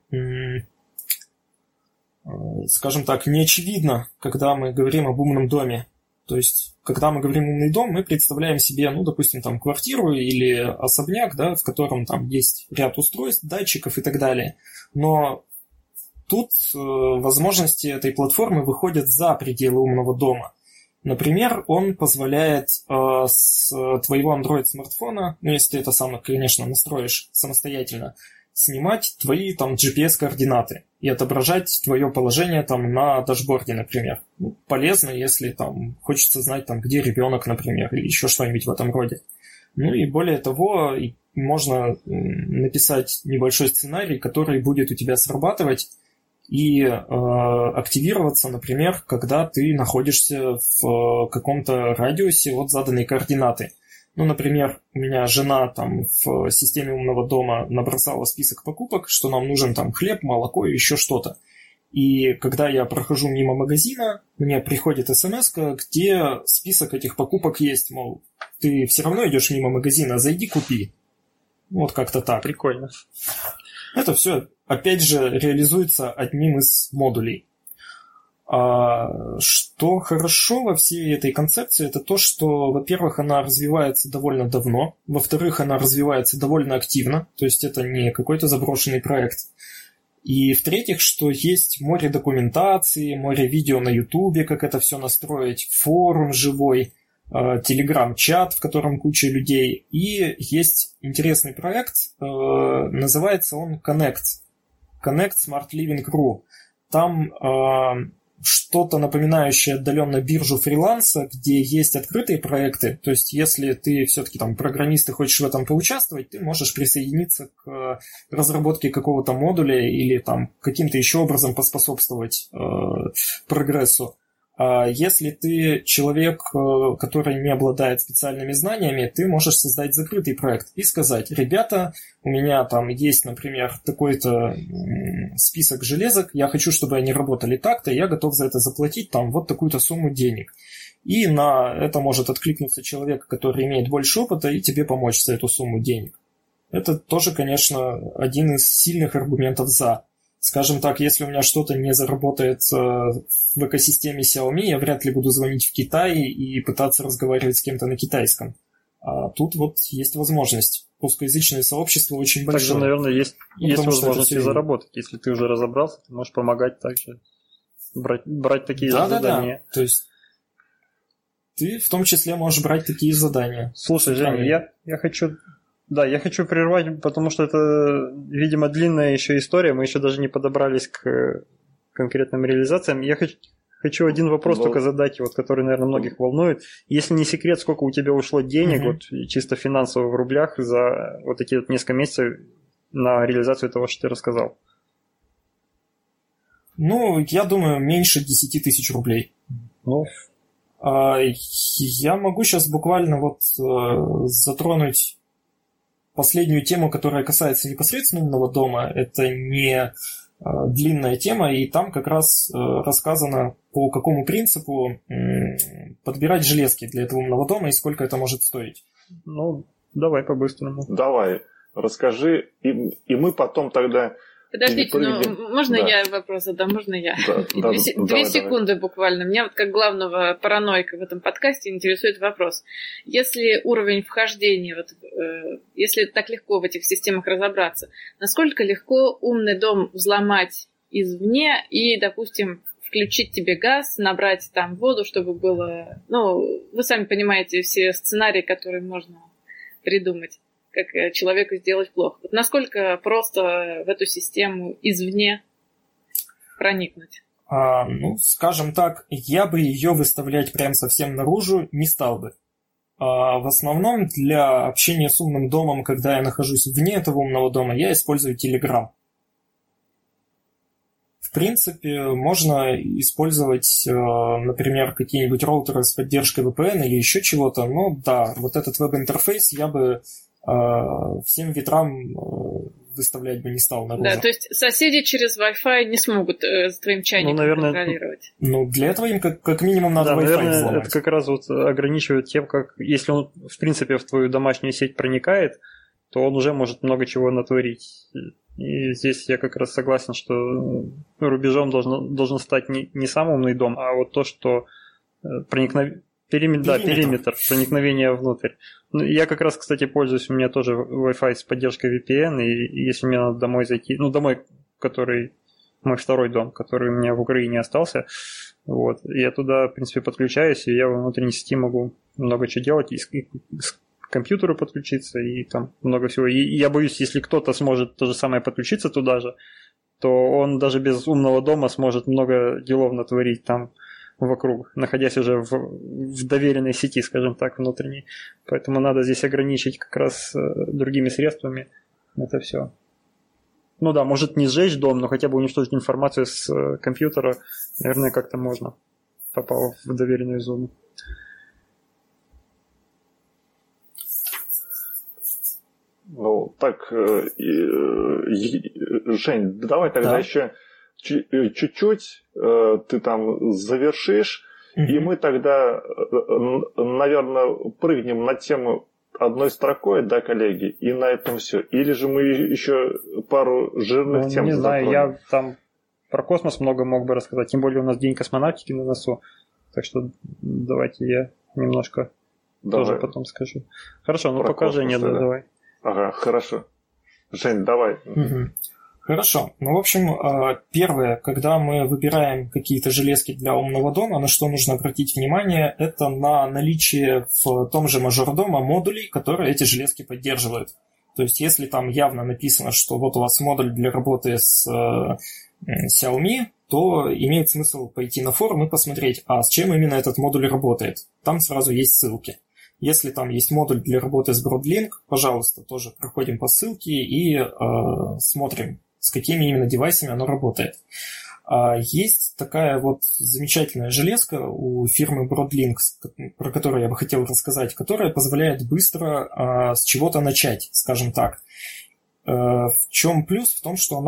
скажем так, не очевидна, когда мы говорим об умном доме. То есть, когда мы говорим «умный дом», мы представляем себе, ну, допустим, там, квартиру или особняк, да, в котором там есть ряд устройств, датчиков и так далее. Но тут возможности этой платформы выходят за пределы умного дома. Например, он позволяет с твоего Android-смартфона, ну, если ты это сам, конечно, настроишь самостоятельно, снимать твои там GPS-координаты и отображать твое положение там на дашборде, например. Ну, полезно, если там хочется знать, там, где ребенок, например, или еще что-нибудь в этом роде. Ну и более того, можно написать небольшой сценарий, который будет у тебя срабатывать и активироваться, например, когда ты находишься в каком-то радиусе от заданной координаты. Ну, например, у меня жена там в системе умного дома набросала список покупок, что нам нужен там хлеб, молоко и еще что-то. И когда я прохожу мимо магазина, мне приходит смс-ка, где список этих покупок есть. Мол, ты все равно идешь мимо магазина, зайди, купи. Вот как-то так. Прикольно. Это все, опять же, реализуется одним из модулей. Что хорошо во всей этой концепции, это то, что, во-первых, она развивается довольно давно, во-вторых, она развивается довольно активно, то есть это не какой-то заброшенный проект. И в-третьих, что есть море документации, море видео на Ютубе, как это все настроить, форум живой, телеграм-чат, в котором куча людей. И есть интересный проект, называется он Connect Smart Living.ru. Там что-то напоминающее отдаленно биржу фриланса, где есть открытые проекты. То есть, если ты все-таки там программист и хочешь в этом поучаствовать, ты можешь присоединиться к разработке какого-то модуля или там каким-то еще образом поспособствовать прогрессу. А если ты человек, который не обладает специальными знаниями, ты можешь создать закрытый проект и сказать: ребята, у меня там есть, например, такой-то список железок, я хочу, чтобы они работали так-то, я готов за это заплатить там вот такую-то сумму денег. И на это может откликнуться человек, который имеет больше опыта, и тебе помочь за эту сумму денег. Это тоже, конечно, один из сильных аргументов «за». Скажем так, если у меня что-то не заработает в экосистеме Xiaomi, я вряд ли буду звонить в Китай и пытаться разговаривать с кем-то на китайском. А тут вот есть возможность. Русскоязычное сообщество очень большое. Также, наверное, есть возможность и заработать. Если ты уже разобрался, ты можешь помогать также брать такие же задания. Да. То есть ты в том числе можешь брать такие задания. Слушай, Женя, я хочу прервать, потому что это, видимо, длинная еще история. Мы еще даже не подобрались к конкретным реализациям. Я хочу один вопрос только задать, вот, который, наверное, многих волнует. Если не секрет, сколько у тебя ушло денег, вот, чисто финансово в рублях, за вот такие вот несколько месяцев на реализацию того, что ты рассказал? Ну, я думаю, меньше 10 тысяч рублей. Ну, я могу сейчас буквально вот затронуть последнюю тему, которая касается непосредственно умного дома. Это не длинная тема, и там как раз рассказано, по какому принципу подбирать железки для этого умного дома и сколько это может стоить. Ну, давай по-быстрому. Давай, расскажи, и мы потом тогда Подождите, можно я вопрос задам? Можно я? Да, Две секунды буквально. Меня вот как главного параноика в этом подкасте интересует вопрос. Если уровень вхождения, если так легко в этих системах разобраться, насколько легко умный дом взломать извне и, допустим, включить тебе газ, набрать там воду, чтобы было... вы сами понимаете все сценарии, которые можно придумать, как человеку сделать плохо. Вот насколько просто в эту систему извне проникнуть? Скажем так, я бы ее выставлять прям совсем наружу не стал бы. В основном для общения с умным домом, когда я нахожусь вне этого умного дома, я использую Telegram. В принципе, можно использовать, например, какие-нибудь роутеры с поддержкой VPN или еще чего-то, но да, вот этот веб-интерфейс я бы всем ветрам выставлять бы не стал наружу. Да, то есть соседи через Wi-Fi не смогут с твоим чайником контролировать. Для этого им как минимум надо Wi-Fi наверное, взломать. Это как раз вот ограничивает тем, как если он, в принципе, в твою домашнюю сеть проникает, то он уже может много чего натворить. И здесь я как раз согласен, что рубежом должен стать не сам умный дом, а вот то, что периметр проникновения внутрь. Я как раз, кстати, пользуюсь, у меня тоже Wi-Fi с поддержкой VPN, и если мне надо домой зайти, домой, который мой второй дом, который у меня в Украине остался, вот, я туда, в принципе, подключаюсь, и я в внутренней сети могу много чего делать, и к компьютеру подключиться, и там много всего. И я боюсь, если кто-то сможет то же самое подключиться туда же, то он даже без умного дома сможет много делов натворить там вокруг, находясь уже в доверенной сети, скажем так, внутренней. Поэтому надо здесь ограничить как раз другими средствами это все. Может не сжечь дом, но хотя бы уничтожить информацию с компьютера, наверное, как-то можно, попав в доверенную зону. Жень, давай тогда еще чуть-чуть ты там завершишь, и мы тогда, наверное, прыгнем на тему одной строкой, да, коллеги, и на этом все. Или же мы еще пару жирных тем не знаю, затронем. я там про космос много мог бы рассказать, тем более у нас День космонавтики на носу, так что давайте я немножко тоже потом скажу. Хорошо, пока Женя, давай. Ага, хорошо. Жень, давай. Хорошо. В общем, первое, когда мы выбираем какие-то железки для умного дома, на что нужно обратить внимание, это на наличие в том же мажордома модулей, которые эти железки поддерживают. То есть, если там явно написано, что вот у вас модуль для работы с Xiaomi, то имеет смысл пойти на форум и посмотреть, с чем именно этот модуль работает. Там сразу есть ссылки. Если там есть модуль для работы с Broadlink, пожалуйста, тоже проходим по ссылке и смотрим, с какими именно девайсами оно работает. Есть такая вот замечательная железка у фирмы Broadlink, про которую я бы хотел рассказать, которая позволяет быстро с чего-то начать, скажем так. В чем плюс? В том, что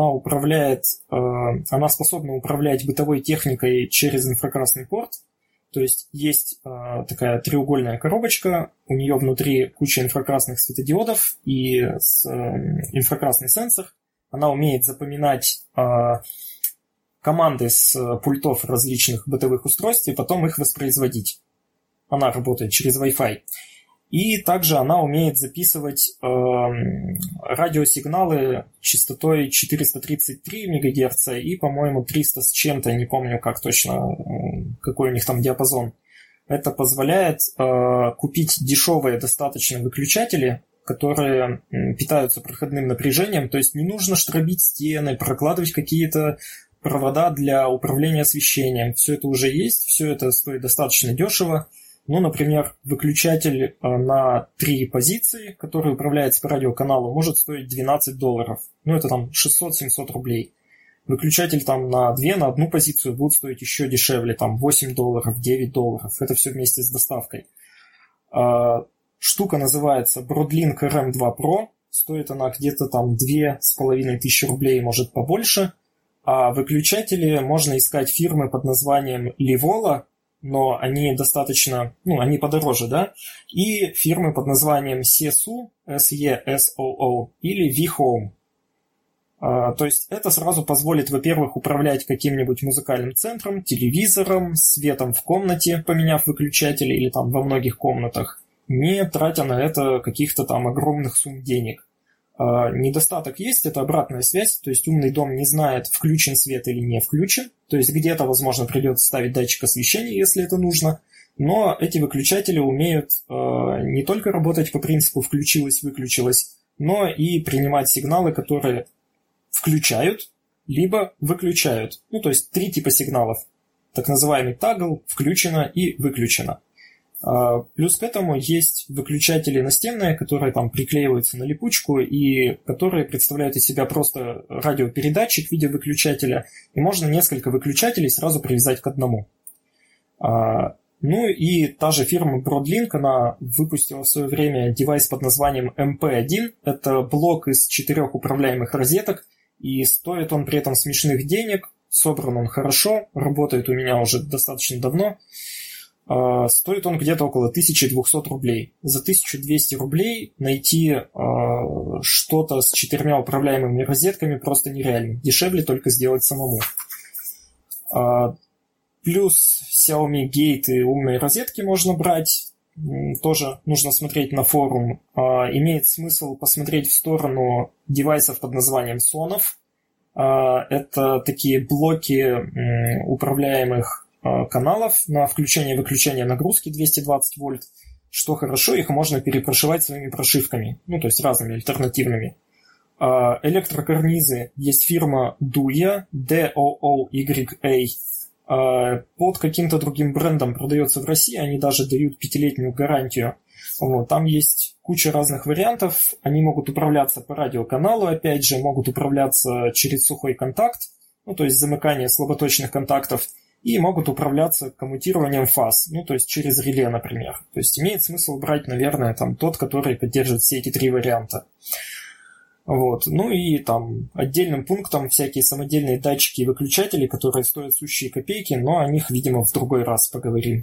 она способна управлять бытовой техникой через инфракрасный порт. То есть такая треугольная коробочка, у нее внутри куча инфракрасных светодиодов и инфракрасный сенсор. Она умеет запоминать команды с пультов различных бытовых устройств и потом их воспроизводить. Она работает через Wi-Fi. И также она умеет записывать радиосигналы частотой 433 МГц и, по-моему, 300 с чем-то, не помню как точно, какой у них там диапазон. Это позволяет купить дешевые достаточно выключатели, которые питаются проходным напряжением, то есть не нужно штробить стены, прокладывать какие-то провода для управления освещением. Все это уже есть, все это стоит достаточно дешево. Например, выключатель на 3 позиции, который управляется по радиоканалу, может стоить $12. Это там 600-700 рублей. Выключатель там на 2, на 1 позицию будет стоить еще дешевле, там $8, $9. Это все вместе с доставкой. Штука называется Broadlink RM2 Pro. Стоит она где-то там 2500 рублей, может побольше. А выключатели можно искать фирмы под названием Livola, но они достаточно, они подороже, да, и фирмы под названием SESOO, SESOO или V-Home. То есть это сразу позволит, во-первых, управлять каким-нибудь музыкальным центром, телевизором, светом в комнате, поменяв выключатели или там во многих комнатах, не тратя на это каких-то там огромных сумм денег. Недостаток есть, это обратная связь, то есть умный дом не знает, включен свет или не включен, то есть где-то, возможно, придется ставить датчик освещения, если это нужно, но эти выключатели умеют не только работать по принципу включилось-выключилось, но и принимать сигналы, которые включают, либо выключают. Ну, то есть 3 типа сигналов. Так называемый тагл, включено и выключено. Плюс к этому есть выключатели настенные, которые там приклеиваются на липучку и которые представляют из себя просто радиопередатчик в виде выключателя, и можно несколько выключателей сразу привязать к одному. Ну и та же фирма Broadlink, она выпустила в свое время девайс под названием MP1. Это блок из 4 управляемых розеток, и стоит он при этом смешных денег, собран он хорошо, работает у меня уже достаточно давно. Стоит он где-то около 1200 рублей. За 1200 рублей найти что-то с 4 управляемыми розетками просто нереально. Дешевле только сделать самому. Плюс Xiaomi Gate и умные розетки можно брать. Тоже нужно смотреть на форум. Имеет смысл посмотреть в сторону девайсов под названием Sonoff. Это такие блоки управляемых каналов на включение и выключение нагрузки 220 вольт. Что хорошо, их можно перепрошивать своими прошивками, ну то есть разными альтернативными. Электрокарнизы. Есть фирма Dooya, D-O-O-Y-A. Под каким-то другим брендом продается в России, они даже дают 5-летнюю гарантию. Вот, там есть куча разных вариантов, они могут управляться по радиоканалу, опять же, могут управляться через сухой контакт, ну то есть замыкание слаботочных контактов, и могут управляться коммутированием фаз, ну то есть через реле, например. То есть имеет смысл брать, наверное, там тот, который поддерживает все эти 3 варианта. Вот. Ну и там отдельным пунктом всякие самодельные датчики и выключатели, которые стоят сущие копейки, но о них, видимо, в другой раз поговорим.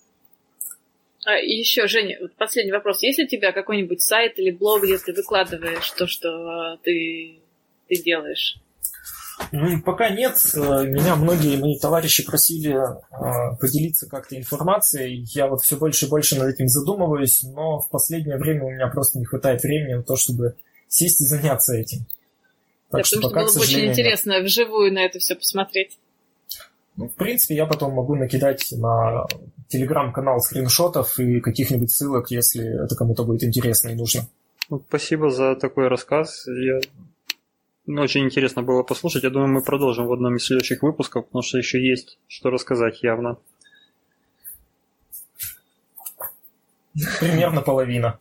И еще, Женя, вот последний вопрос. Есть ли у тебя какой-нибудь сайт или блог, где ты выкладываешь то, что ты делаешь? Пока нет. Меня многие мои товарищи просили поделиться как-то информацией. Я вот все больше и больше над этим задумываюсь, но в последнее время у меня просто не хватает времени на то, чтобы сесть и заняться этим. Так что пока, было бы очень интересно вживую на это все посмотреть. Ну, в принципе, я потом могу накидать на телеграм-канал скриншотов и каких-нибудь ссылок, если это кому-то будет интересно и нужно. Спасибо за такой рассказ. Очень интересно было послушать. Я думаю, мы продолжим в одном из следующих выпусков, потому что еще есть что рассказать явно. Примерно половина.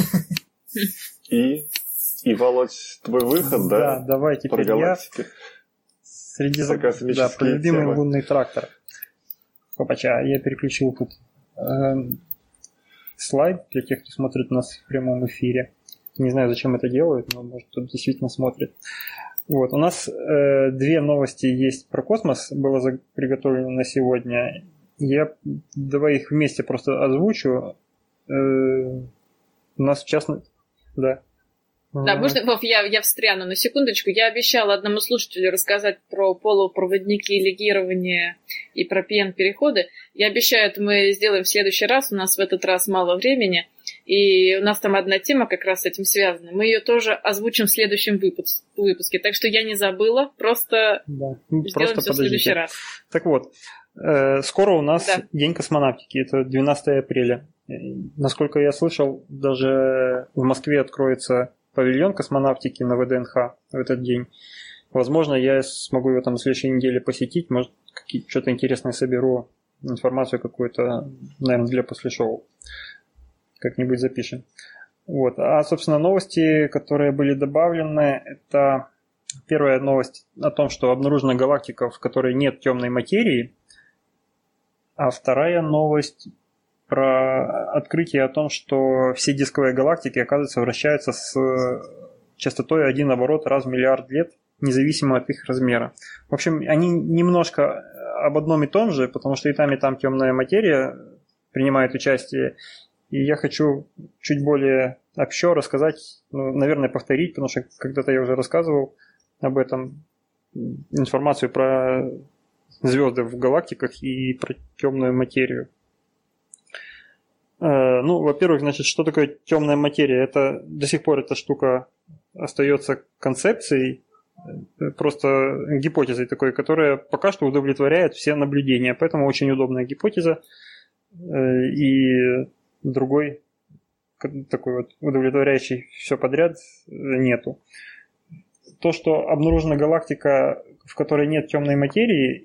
И, Володь, твой выход, да? Да, давай теперь я. Среди про любимый лунный трактор. Опача, я переключил тут слайд для тех, кто смотрит нас в прямом эфире. Не знаю, зачем это делают, но может кто-то действительно смотрит. Вот, у нас 2 новости есть про космос, было приготовлено на сегодня. Я давай их вместе просто озвучу. У нас в частности... Да. Да, можно, Вов, я встряну на секундочку. Я обещала одному слушателю рассказать про полупроводники, легирование и про PN-переходы. Я обещаю, это мы сделаем в следующий раз. У нас в этот раз мало времени. И у нас там одна тема как раз с этим связана. Мы ее тоже озвучим в следующем выпуске. Так что я не забыла, просто сделаем все в следующий раз. Так вот, скоро у нас День космонавтики. Это 12 апреля. Насколько я слышал, даже в Москве откроется павильон космонавтики на ВДНХ в этот день. Возможно, я смогу его там на следующей неделе посетить. Может, что-то интересное соберу, информацию какую-то, наверное, для после шоу. Как-нибудь запишем. Вот. А, собственно, новости, которые были добавлены, это первая новость о том, что обнаружена галактика, в которой нет темной материи. А вторая новость про открытие о том, что все дисковые галактики, оказывается, вращаются с частотой 1 оборот раз в миллиард лет, независимо от их размера. В общем, они немножко об одном и том же, потому что и там темная материя принимает участие. И я хочу чуть более общо рассказать, наверное, повторить, потому что когда-то я уже рассказывал об этом информацию про звезды в галактиках и про темную материю. Ну, во-первых, значит, что такое темная материя? Это до сих пор эта штука остается концепцией, просто гипотезой такой, которая пока что удовлетворяет все наблюдения. Поэтому очень удобная гипотеза. И другой такой вот удовлетворяющий все подряд нету. То, что обнаружена галактика, в которой нет темной материи,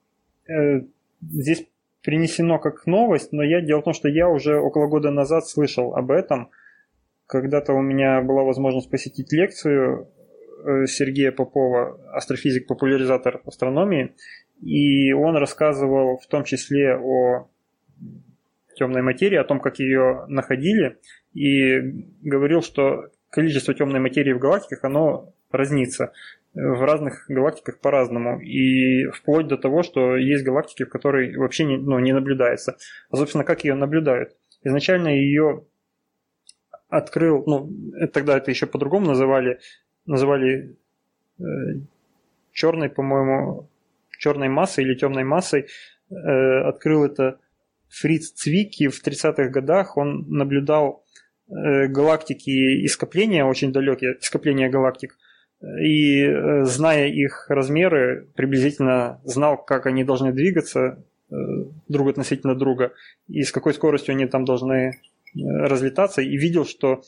здесь принесено как новость, но дело в том, что я уже около года назад слышал об этом. Когда-то у меня была возможность посетить лекцию Сергея Попова, астрофизик, популяризатор астрономии, и он рассказывал в том числе о темной материи, о том, как ее находили, и говорил, что количество темной материи в галактиках, оно разнится. В разных галактиках по-разному. И вплоть до того, что есть галактики, в которой вообще не наблюдается. А, собственно, как ее наблюдают? Изначально ее открыл, тогда это еще по-другому называли черной, по-моему, черной массой или темной массой. Открыл это Фриц Цвикки в 30-х годах. Он наблюдал галактики и скопления, очень далекие скопления галактик, и, зная их размеры, приблизительно знал, как они должны двигаться друг относительно друга и с какой скоростью они там должны разлетаться, и видел, что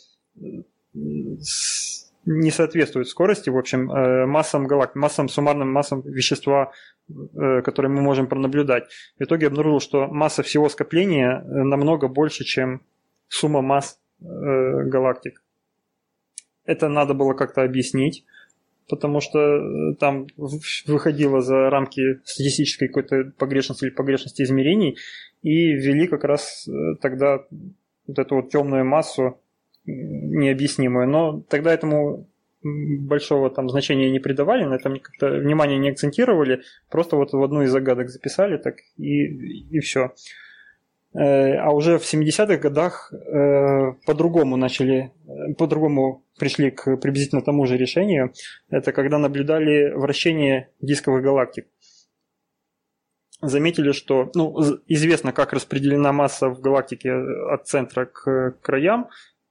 не соответствует скорости, в общем, массам галактик, суммарным массам вещества, которые мы можем пронаблюдать. В итоге обнаружил, что масса всего скопления намного больше, чем сумма масс галактик. Это надо было как-то объяснить, потому что там выходило за рамки статистической какой-то погрешности или погрешности измерений, и ввели как раз тогда вот эту вот темную массу необъяснимую. Но тогда этому большого там значения не придавали, на этом как-то внимание не акцентировали, просто вот в одну из загадок записали так и все. А уже в 70-х годах по-другому пришли к приблизительно тому же решению. Это когда наблюдали вращение дисковых галактик. Заметили, что известно, как распределена масса в галактике от центра к краям.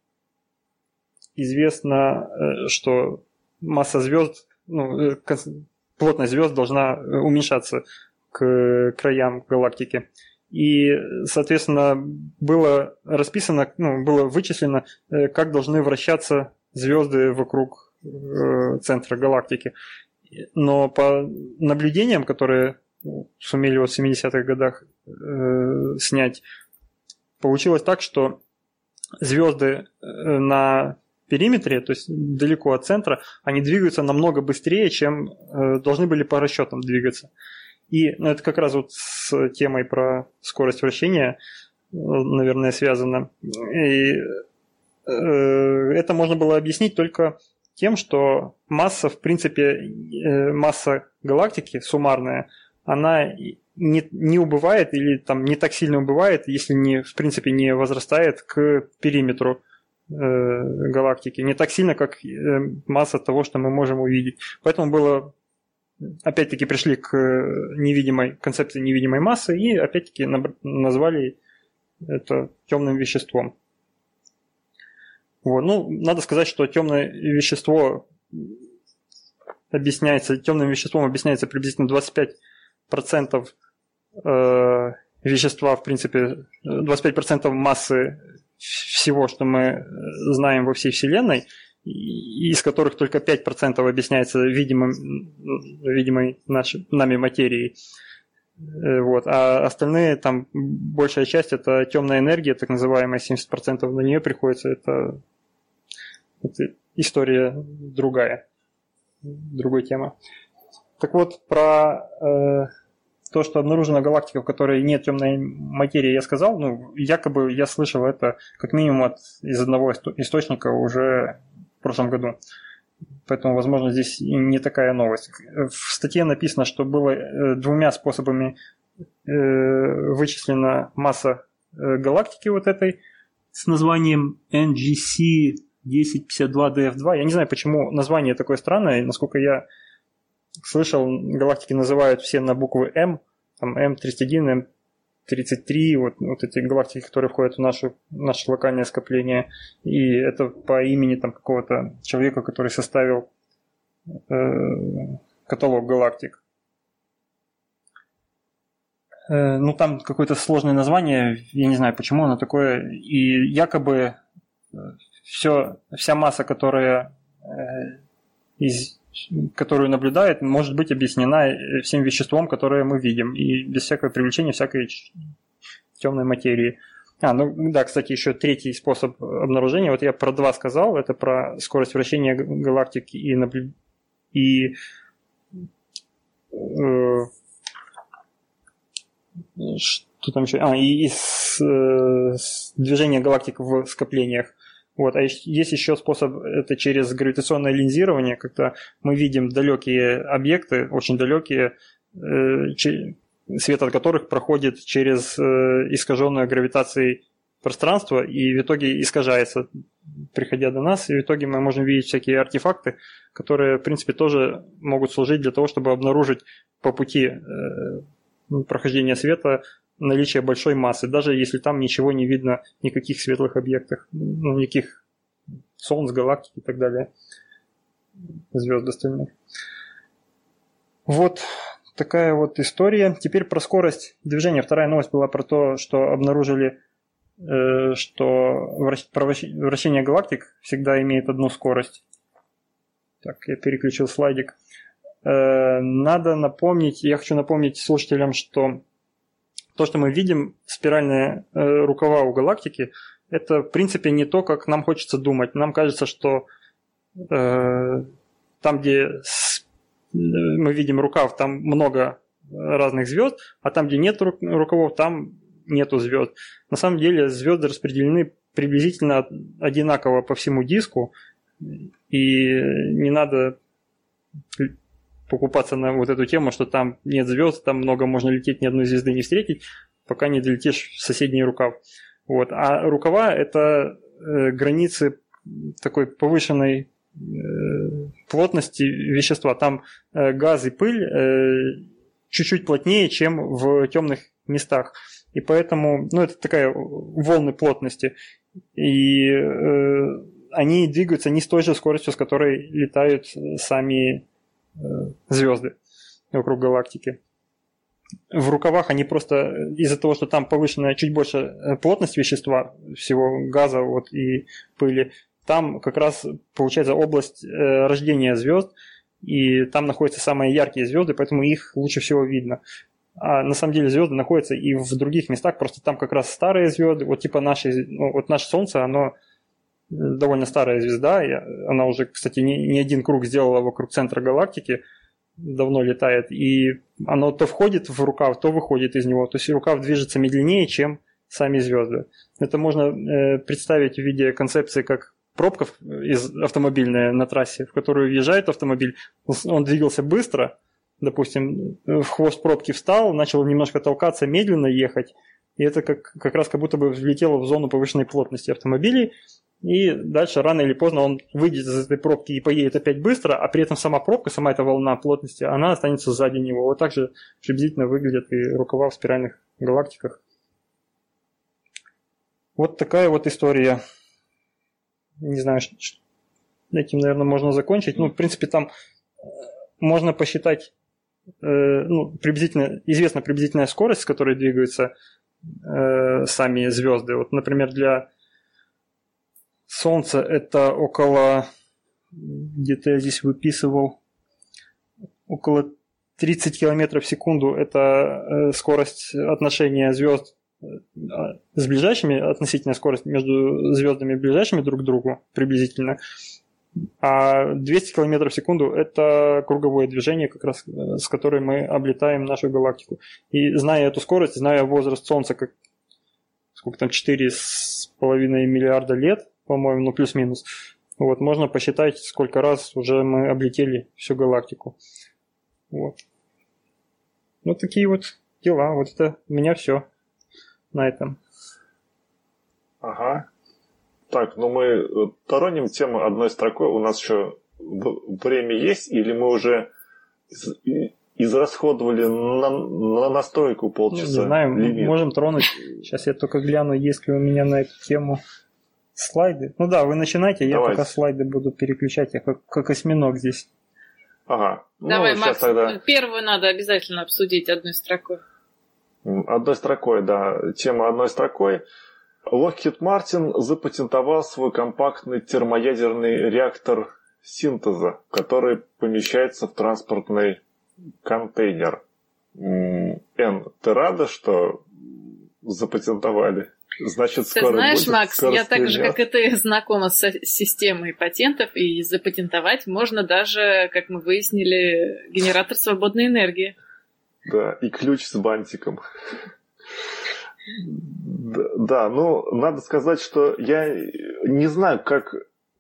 Известно, что масса звезд, плотность звезд должна уменьшаться к краям галактики. И, соответственно, было расписано, было вычислено, как должны вращаться звезды вокруг центра галактики. Но по наблюдениям, которые сумели в 70-х годах снять, получилось так, что звезды на периметре, то есть далеко от центра, они двигаются намного быстрее, чем должны были по расчетам двигаться. И это как раз вот с темой про скорость вращения, наверное, связано. И это можно было объяснить только тем, что масса, в принципе, масса галактики суммарная, она не убывает или там не так сильно убывает, если в принципе не возрастает к периметру галактики. Не так сильно, как масса того, что мы можем увидеть. Поэтому было... Опять-таки пришли к концепции невидимой массы и опять-таки назвали это темным веществом. Вот. Надо сказать, что темное вещество темным веществом объясняется приблизительно 25% вещества, в принципе, 25% массы всего, что мы знаем во всей Вселенной, из которых только 5% объясняется видимой нами материей. Вот. А остальные, там, большая часть, это темная энергия, так называемая, 70% на нее приходится. Это история другая, другой тема. Так вот, про то, что обнаружена галактика, в которой нет темной материи, я сказал, якобы я слышал это как минимум из одного источника уже в прошлом году. Поэтому, возможно, здесь и не такая новость. В статье написано, что было двумя способами вычислена масса галактики вот этой с названием NGC 1052 DF2. Я не знаю, почему название такое странное. Насколько я слышал, галактики называют все на буквы М. Там М31, М33, вот эти галактики, которые входят в наше локальное скопление. И это по имени там какого-то человека, который составил каталог галактик. Ну, там какое-то сложное название, я не знаю, почему оно такое. И якобы вся масса, которую наблюдает, может быть объяснена всем веществом, которое мы видим, и без всякого привлечения всякой темной материи. Ну да, кстати, еще третий способ обнаружения. Вот я про два сказал, это про скорость вращения галактик и что там еще? И движение галактик в скоплениях. Вот. А есть еще способ, это через гравитационное линзирование, когда мы видим далекие объекты, очень далекие, свет от которых проходит через искаженное гравитацией пространство и в итоге искажается, приходя до нас, и в итоге мы можем видеть всякие артефакты, которые, в принципе, тоже могут служить для того, чтобы обнаружить по пути прохождения света наличие большой массы, даже если там ничего не видно, никаких светлых объектов, никаких солнц, галактик и так далее, звезд остальных. Вот такая вот история. Теперь про скорость движения. Вторая новость была про то, что обнаружили, что вращение галактик всегда имеет одну скорость. Так, я переключил слайдик. Надо напомнить, я хочу напомнить слушателям, что то, что мы видим, спиральные рукава у галактики, это, в принципе, не то, как нам хочется думать. Нам кажется, что там, где мы видим рукав, там много разных звезд, а там, где нет рукавов, там нету звезд. На самом деле звезды распределены приблизительно одинаково по всему диску, и не надо покупаться на вот эту тему, что там нет звезд, там много можно лететь, ни одной звезды не встретить, пока не долетишь в соседний рукав. Вот. А рукава – это границы такой повышенной плотности вещества. Там газ и пыль чуть-чуть плотнее, чем в темных местах. И поэтому, это такая волны плотности. И они двигаются не с той же скоростью, с которой летают сами звезды вокруг галактики. В рукавах они просто из-за того, что там повышенная чуть больше плотность вещества, всего газа и пыли, там как раз получается область рождения звезд, и там находятся самые яркие звезды, поэтому их лучше всего видно. А на самом деле звезды находятся и в других местах, просто там как раз старые звезды, типа наше Солнце, оно довольно старая звезда, она уже, кстати, не один круг сделала вокруг центра галактики, давно летает, и оно то входит в рукав, то выходит из него, то есть рукав движется медленнее, чем сами звезды. Это можно представить в виде концепции как пробка автомобильная на трассе, в которую въезжает автомобиль, он двигался быстро, допустим, в хвост пробки встал, начал немножко толкаться, медленно ехать, и это как раз как будто бы влетело в зону повышенной плотности автомобилей, и дальше рано или поздно он выйдет из этой пробки и поедет опять быстро, а при этом сама пробка, сама эта волна плотности, она останется сзади него. Вот так же приблизительно выглядят и рукава в спиральных галактиках. Вот такая вот история. Не знаю, этим, наверное, можно закончить. В принципе, там можно посчитать, известна приблизительная скорость, с которой двигаются сами звезды. Вот, например, для Солнце это около, где-то я здесь выписывал, около 30 км в секунду. Это скорость отношения звезд с ближайшими, относительная скорость между звездами ближайшими друг к другу приблизительно. А 200 км в секунду это круговое движение, как раз с которой мы облетаем нашу галактику. И зная эту скорость, зная возраст Солнца, сколько там, 4,5 миллиарда лет, по-моему, плюс-минус. Можно посчитать, сколько раз уже мы облетели всю галактику. Вот такие вот дела. Вот это у меня все на этом. Ага. Так, ну мы тороним тему одной строкой. У нас еще время есть, или мы уже израсходовали на настройку полчаса? Не знаю, лимит? Можем тронуть. Сейчас я только гляну, есть ли у меня на эту тему слайды. Ну да, вы начинайте, я пока слайды буду переключать. Я как осьминог здесь. Ага. Давай, Макс, тогда... первую надо обязательно обсудить одной строкой. Одной строкой, да. Тема одной строкой. Lockheed Martin запатентовал свой компактный термоядерный реактор синтеза, который помещается в транспортный контейнер. Ты рада, что запатентовали? Значит, скоро ты знаешь, будет, Макс, я так же, как и ты, знакома с системой патентов, и запатентовать можно даже, как мы выяснили, генератор свободной энергии. Да, и ключ с бантиком. Да, ну, надо сказать, что я не знаю, как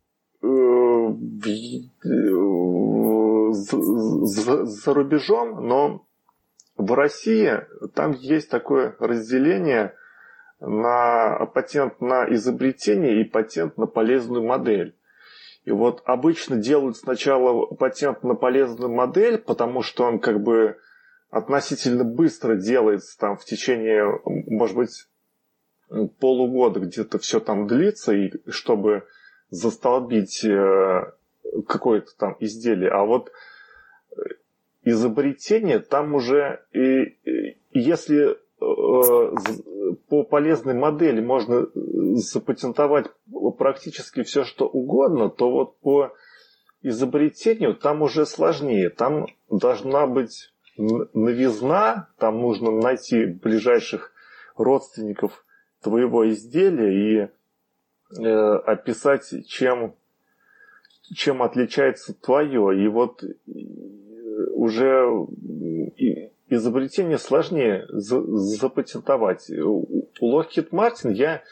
за рубежом, но в России там есть такое разделение на патент на изобретение и патент на полезную модель. И вот обычно делают сначала патент на полезную модель, потому что он как бы относительно быстро делается, там в течение, может быть, полугода где-то все там длится, и чтобы застолбить какое-то там изделие. А вот изобретение там уже, если по полезной модели можно запатентовать практически все, что угодно, то вот по изобретению там уже сложнее. Там должна быть новизна, там нужно найти ближайших родственников твоего изделия и описать, чем отличается твое. И вот уже изобретение сложнее запатентовать. У Lockheed Martin я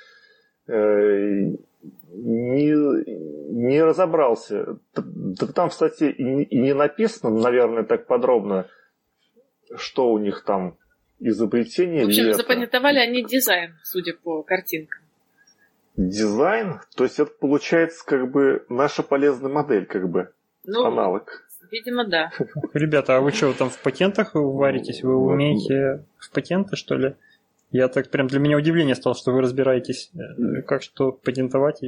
не разобрался. Там в статье и не написано, наверное, так подробно, что у них там изобретение. В общем, запатентовали они дизайн, судя по картинкам. Дизайн? То есть это получается как бы наша полезная модель, как бы, аналог. Видимо, да. Ребята, а вы что, там в патентах варитесь? Вы умеете в патенты, что ли? Я так прям для меня удивление стало, что вы разбираетесь, как что патентовать.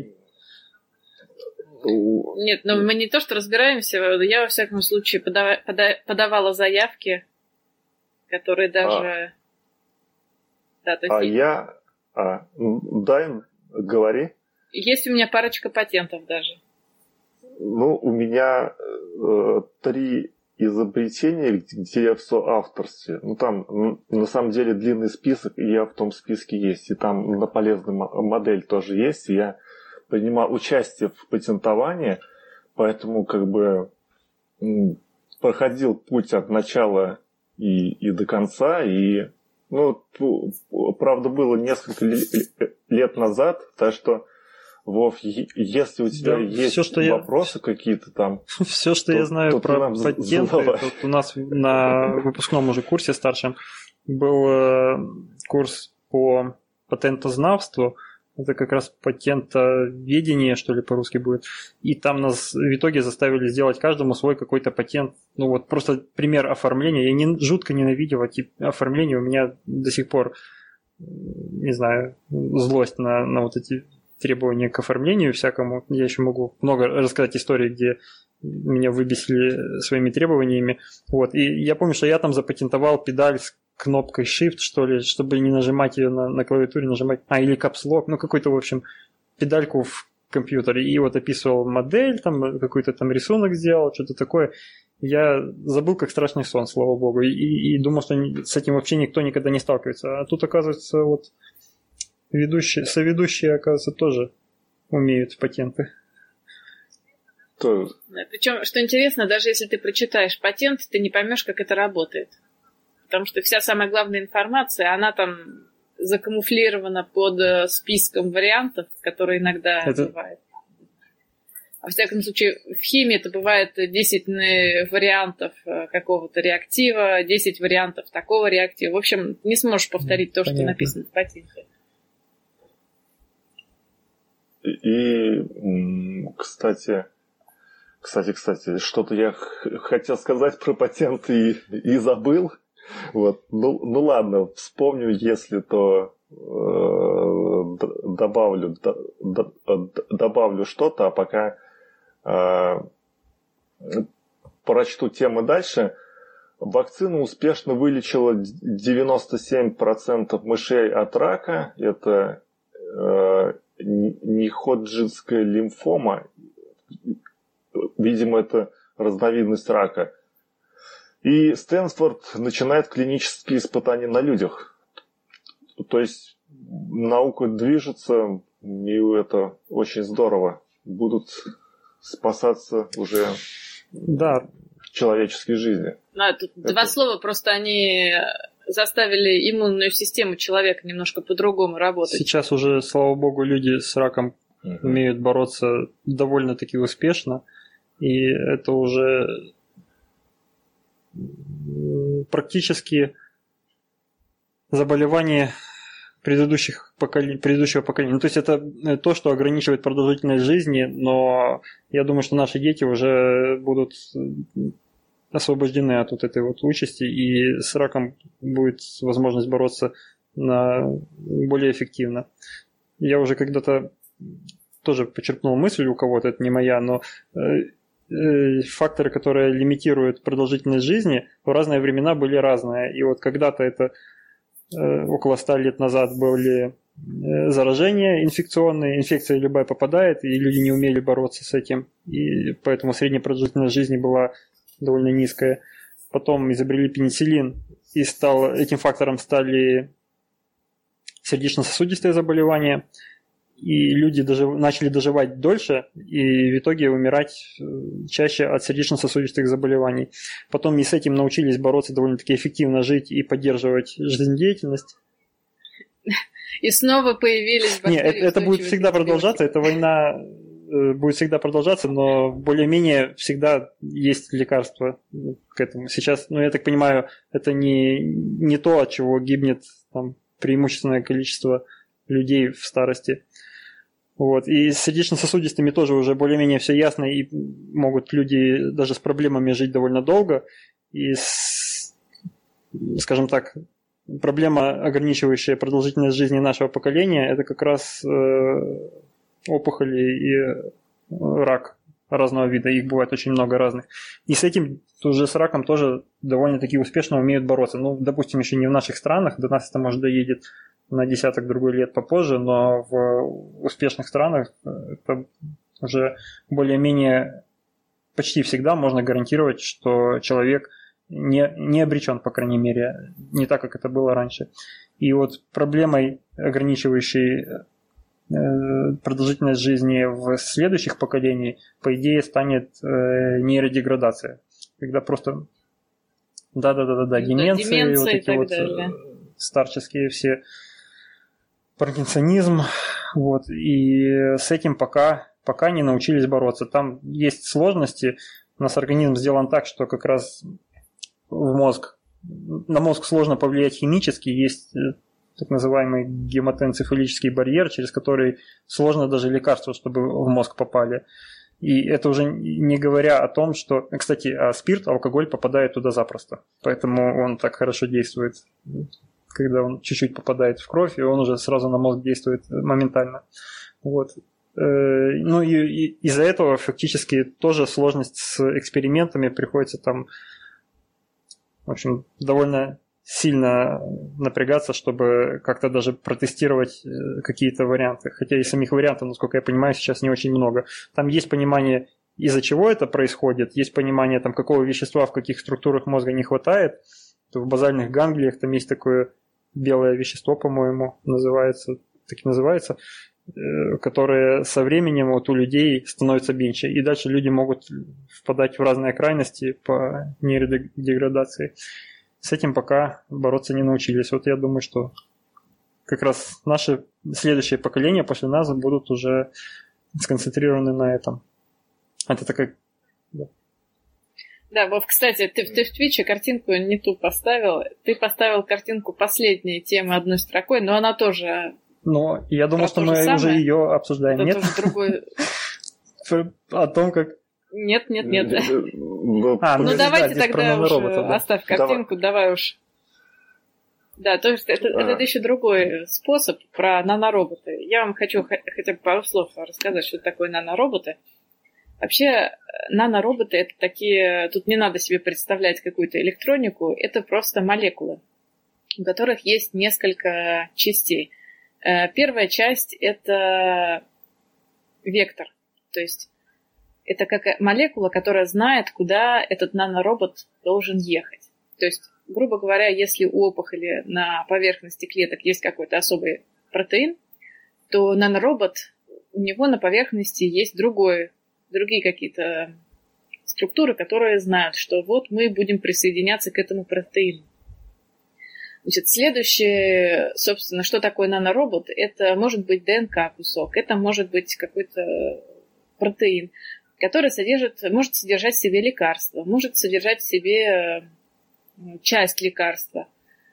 Нет, ну мы не то, что разбираемся. Я, во всяком случае, подавала заявки, которые даже... Да, то есть... Да, говори. Есть у меня парочка патентов даже. Ну, у меня 3 изобретения, где я в соавторстве. Ну, там, на самом деле, длинный список, и я в том списке есть. И там на полезную модель тоже есть. И я принимал участие в патентовании, поэтому, как бы, проходил путь от начала и до конца. И, ну, правда, было несколько лет назад, так что Вов, если у тебя есть вопросы какие-то там... Все, что я знаю про патенты, у нас на выпускном уже курсе старшем был курс по патентознавству, это как раз патентоведение, что ли, по-русски будет, и там нас в итоге заставили сделать каждому свой какой-то патент. Ну вот просто пример оформления. Я жутко ненавидел эти оформления, у меня до сих пор, не знаю, злость на вот эти... требования к оформлению всякому. Я еще могу много рассказать историй, где меня выбесили своими требованиями. Вот. И я помню, что я там запатентовал педаль с кнопкой Shift, что ли, чтобы не нажимать ее на клавиатуре, нажимать... или Caps Lock, ну какой-то, в общем, педальку в компьютере. И вот описывал модель, там какой-то там рисунок сделал, что-то такое. Я забыл, как страшный сон, слава богу. И думал, что с этим вообще никто никогда не сталкивается. А тут, оказывается, вот соведущие, оказывается, тоже умеют патенты. Да, причем, что интересно, даже если ты прочитаешь патент, ты не поймешь, как это работает. Потому что вся самая главная информация, она там закамуфлирована под списком вариантов, которые иногда бывают. Во всяком случае, в химии это бывает 10 вариантов какого-то реактива, 10 вариантов такого реактива. В общем, не сможешь повторить то, что написано в патенте. Кстати, что-то я хотел сказать про патенты и забыл. Вот. Ну ладно, вспомню, если то добавлю что-то, а пока прочту темы дальше. Вакцина успешно вылечила 97% мышей от рака. Это неходжинская лимфома. Видимо, это разновидность рака. И Стэнфорд начинает клинические испытания на людях. То есть наука движется, и это очень здорово. Будут спасаться уже человеческие жизни. Тут два слова, просто они заставили иммунную систему человека немножко по-другому работать. Сейчас уже, слава богу, люди с раком умеют бороться довольно-таки успешно, и это уже практически заболевание предыдущего поколения. То есть это то, что ограничивает продолжительность жизни, но я думаю, что наши дети уже будут освобождены от вот этой вот участи, и с раком будет возможность бороться более эффективно. Я уже когда-то тоже почерпнул мысль у кого-то, это не моя, но факторы, которые лимитируют продолжительность жизни, в разные времена были разные. И вот когда-то это около 100 лет назад были заражения инфекционные, инфекция любая попадает, и люди не умели бороться с этим, и поэтому средняя продолжительность жизни была довольно низкая. Потом изобрели пенициллин, и этим фактором стали сердечно-сосудистые заболевания, и люди начали доживать дольше, и в итоге умирать чаще от сердечно-сосудистых заболеваний. Потом и с этим научились бороться, довольно-таки эффективно жить и поддерживать жизнедеятельность. И снова появились бактерии. Нет, это будет всегда продолжаться, эта война будет всегда продолжаться, но более-менее всегда есть лекарства к этому. Сейчас, я так понимаю, это не то, от чего гибнет там преимущественное количество людей в старости. Вот. И с сердечно-сосудистыми тоже уже более-менее все ясно, и могут люди даже с проблемами жить довольно долго. И, скажем так, проблема, ограничивающая продолжительность жизни нашего поколения, это как раз опухоли и рак разного вида. Их бывает очень много разных. И с этим, уже с раком тоже довольно-таки успешно умеют бороться. Допустим, еще не в наших странах, до нас это, может, доедет на десяток другой лет попозже, но в успешных странах это уже более-менее почти всегда можно гарантировать, что человек не обречен, по крайней мере, не так, как это было раньше. И вот проблемой, ограничивающей продолжительность жизни в следующих поколениях, по идее, станет нейродеградация. Когда просто деменции, вот эти вот старческие все, паркинсонизм, вот, и с этим пока не научились бороться. Там есть сложности, у нас организм сделан так, что как раз на мозг сложно повлиять химически, есть так называемый гематоэнцефалический барьер, через который сложно даже лекарства, чтобы в мозг попали. И это уже не говоря о том, что... Кстати, спирт, алкоголь попадает туда запросто. Поэтому он так хорошо действует, когда он чуть-чуть попадает в кровь, и он уже сразу на мозг действует моментально. Вот. И из-за этого фактически тоже сложность с экспериментами, приходится там, в общем, довольно сильно напрягаться, чтобы как-то даже протестировать какие-то варианты. Хотя и самих вариантов, насколько я понимаю, сейчас не очень много. Там есть понимание, из-за чего это происходит, есть понимание, там, какого вещества в каких структурах мозга не хватает. В базальных ганглиях там есть такое белое вещество, по-моему, так и называется, которое со временем вот у людей становится меньше. И дальше люди могут впадать в разные крайности по нейродеградации. С этим пока бороться не научились. Вот я думаю, что как раз наши следующие поколения после нас будут уже сконцентрированы на этом. Это такая... Да, Вов, кстати, ты в Твиче картинку не ту поставил. Ты поставил картинку последней темы одной строкой, но она тоже Но я думал, что мы уже ее обсуждаем. Это Нет? тоже другой... О том, как... Нет. Ну, Ну, давайте тогда уж да. оставь картинку, давай уж. Да, то есть это еще другой способ про нанороботы. Я вам хочу хотя бы пару слов рассказать, что такое нанороботы. Вообще, нанороботы — это такие... Тут не надо себе представлять какую-то электронику, это просто молекулы, у которых есть несколько частей. Первая часть — это вектор, то есть это как молекула, которая знает, куда этот наноробот должен ехать. То есть, грубо говоря, если у опухоли на поверхности клеток есть какой-то особый протеин, то наноробот, у него на поверхности есть другие какие-то структуры, которые знают, что вот мы будем присоединяться к этому протеину. Значит, следующее, собственно, что такое наноробот, это может быть ДНК-кусок, это может быть какой-то протеин, который может содержать в себе лекарство, может содержать в себе часть лекарства.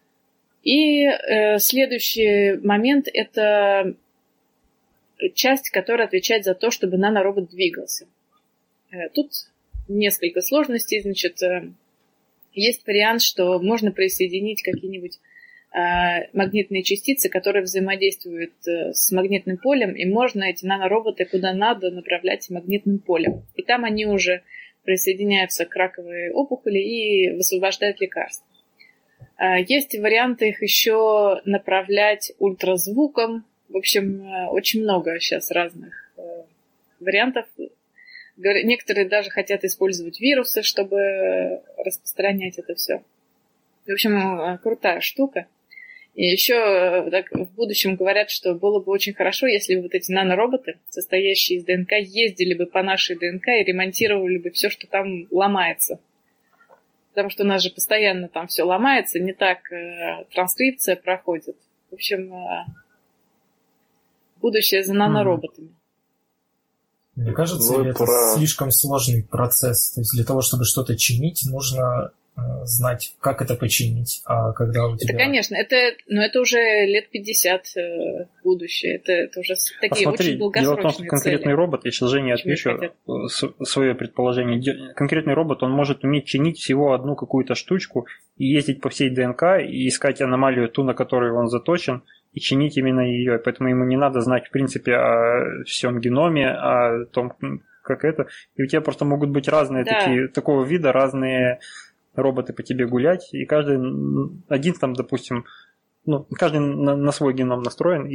И следующий момент – это часть, которая отвечает за то, чтобы наноробот двигался. Тут несколько сложностей. Значит, есть вариант, что можно присоединить какие-нибудь магнитные частицы, которые взаимодействуют с магнитным полем, и можно эти нанороботы куда надо направлять магнитным полем. И там они уже присоединяются к раковой опухоли и высвобождают лекарства. Есть варианты их еще направлять ультразвуком. В общем, очень много сейчас разных вариантов. Некоторые даже хотят использовать вирусы, чтобы распространять это все. В общем, крутая штука. И еще так, в будущем говорят, что было бы очень хорошо, если бы вот эти нанороботы, состоящие из ДНК, ездили бы по нашей ДНК и ремонтировали бы все, что там ломается. Потому что у нас же постоянно там все ломается, не так транскрипция проходит. В общем, будущее за нанороботами. Мне кажется, это слишком сложный процесс. То есть для того, чтобы что-то чинить, нужно знать, как это починить. А когда у тебя... Это, конечно, это уже лет 50 будущее. Это уже такие очень долгосрочные дело в том, что конкретный робот, я сейчас Жене отвечу свое предположение. Конкретный робот, он может уметь чинить всего одну какую-то штучку и ездить по всей ДНК и искать аномалию, ту, на которую он заточен, и чинить именно ее. Поэтому ему не надо знать, в принципе, о всем геноме, о том, как это. И у тебя просто могут быть разные такого вида, разные роботы по тебе гулять, и каждый один там, допустим, каждый на свой геном настроен.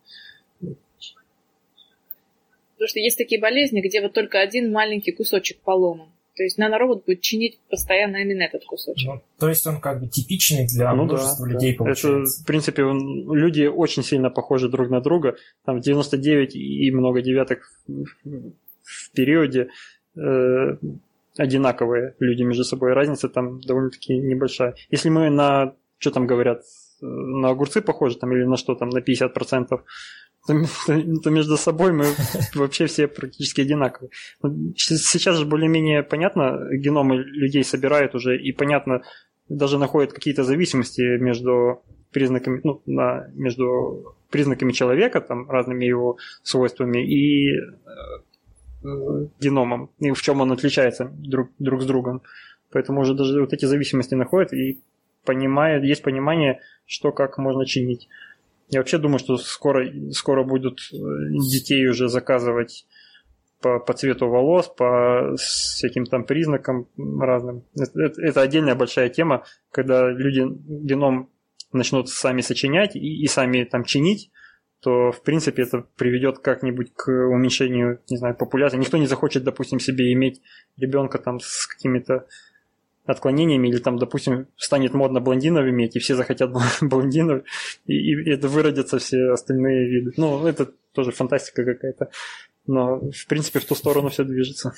Потому что есть такие болезни, где вот только один маленький кусочек поломан. То есть наноробот будет чинить постоянно именно этот кусочек. То есть он как бы типичный для множества людей, получается. Это, в принципе, люди очень сильно похожи друг на друга. Там 99 и много девяток в периоде одинаковые люди между собой. Разница там довольно-таки небольшая. Если мы что там говорят, на огурцы похожи там, или на что там, на 50%, то между собой мы вообще все практически одинаковые. Сейчас же более-менее понятно, геномы людей собирают уже, и понятно, даже находят какие-то зависимости между признаками, между признаками человека, там, разными его свойствами, и геномом, и в чем он отличается друг с другом. Поэтому уже даже вот эти зависимости находят, и есть понимание, что как можно чинить. Я вообще думаю, что скоро будут детей уже заказывать по цвету волос, по всяким там признакам разным. Это отдельная большая тема, когда люди геном начнут сами сочинять и сами там чинить, то, в принципе, это приведет как-нибудь к уменьшению, не знаю, популяции. Никто не захочет, допустим, себе иметь ребенка там с какими-то отклонениями, или там, допустим, станет модно блондинов иметь, и все захотят блондинов, и это выродятся все остальные виды. Это тоже фантастика какая-то. Но, в принципе, в ту сторону все движется.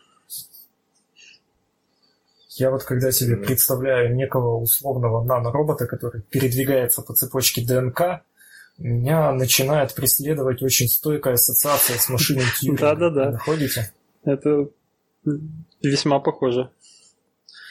Я вот когда себе представляю некого условного наноробота, который передвигается по цепочке ДНК, меня начинает преследовать очень стойкая ассоциация с машиной Тьюринга. Да-да-да. Находите? Это весьма похоже.